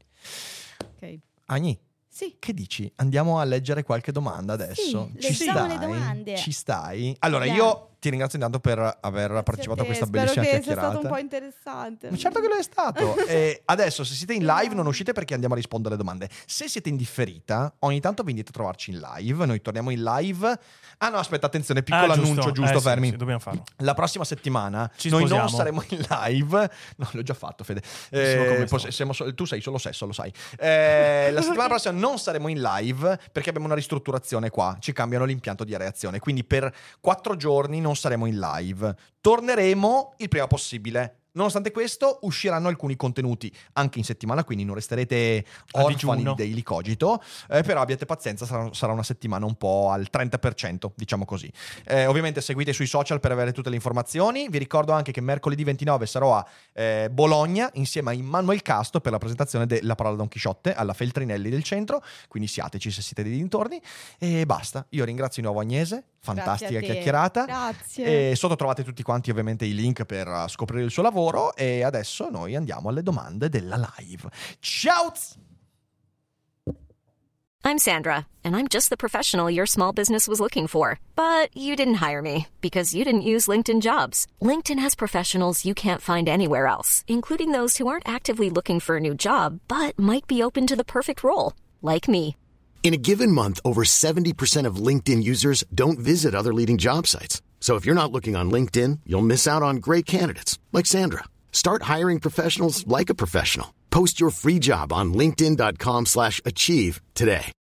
ok. Agni, Sì. che dici? Andiamo a leggere qualche domanda adesso? Sì, Ci leggiamo stai? le domande. Ci stai? Allora, Andiamo. io ti ringrazio intanto per aver partecipato a questa bellissima Spero che sia chiacchierata. stato un po' interessante. Ma certo che lo è stato. E adesso, se siete in live, non uscite perché andiamo a rispondere alle domande. Se siete in differita, ogni tanto venite a trovarci in live. Noi torniamo in live. Ah, no, aspetta, attenzione, piccolo Ah, giusto. annuncio, giusto, Eh, sì, fermi. sì, dobbiamo farlo. La prossima settimana Ci noi sposiamo. non saremo in live. No, l'ho già fatto, Fede. Sono come Eh, pos- sto. siamo so- tu sei solo sesso, lo sai. Eh, la settimana prossima non saremo in live perché abbiamo una ristrutturazione qua. Ci cambiano l'impianto di areazione. Quindi per quattro giorni non saremo in live. Torneremo il prima possibile. Nonostante questo, usciranno alcuni contenuti anche in settimana, quindi non resterete A orfani digiuno. di Daily Cogito, eh, però abbiate pazienza, sarà, sarà una settimana un po' al trenta per cento, diciamo così. Eh, ovviamente seguite sui social per avere tutte le informazioni. Vi ricordo anche che mercoledì ventinove sarò a eh, Bologna insieme a Immanuel Casto per la presentazione della parola Don Chisciotte alla Feltrinelli del centro, quindi siateci se siete dei dintorni. E basta, io ringrazio di nuovo Agnese, fantastica Grazie a te. chiacchierata. Grazie. E sotto trovate tutti quanti ovviamente i link per uh, scoprire il suo lavoro. E adesso noi andiamo alle domande della live. Ciao! I'm Sandra, and I'm just the professional your small business was looking for. But you didn't hire me because you didn't use LinkedIn Jobs. LinkedIn has professionals you can't find anywhere else, including those who aren't actively looking for a new job, but might be open to the perfect role, like me. In a given month, over seventy percent of LinkedIn users don't visit other leading job sites. So if you're not looking on LinkedIn, you'll miss out on great candidates like Sandra. Start hiring professionals like a professional. Post your free job on linkedin dot com slash achieve today.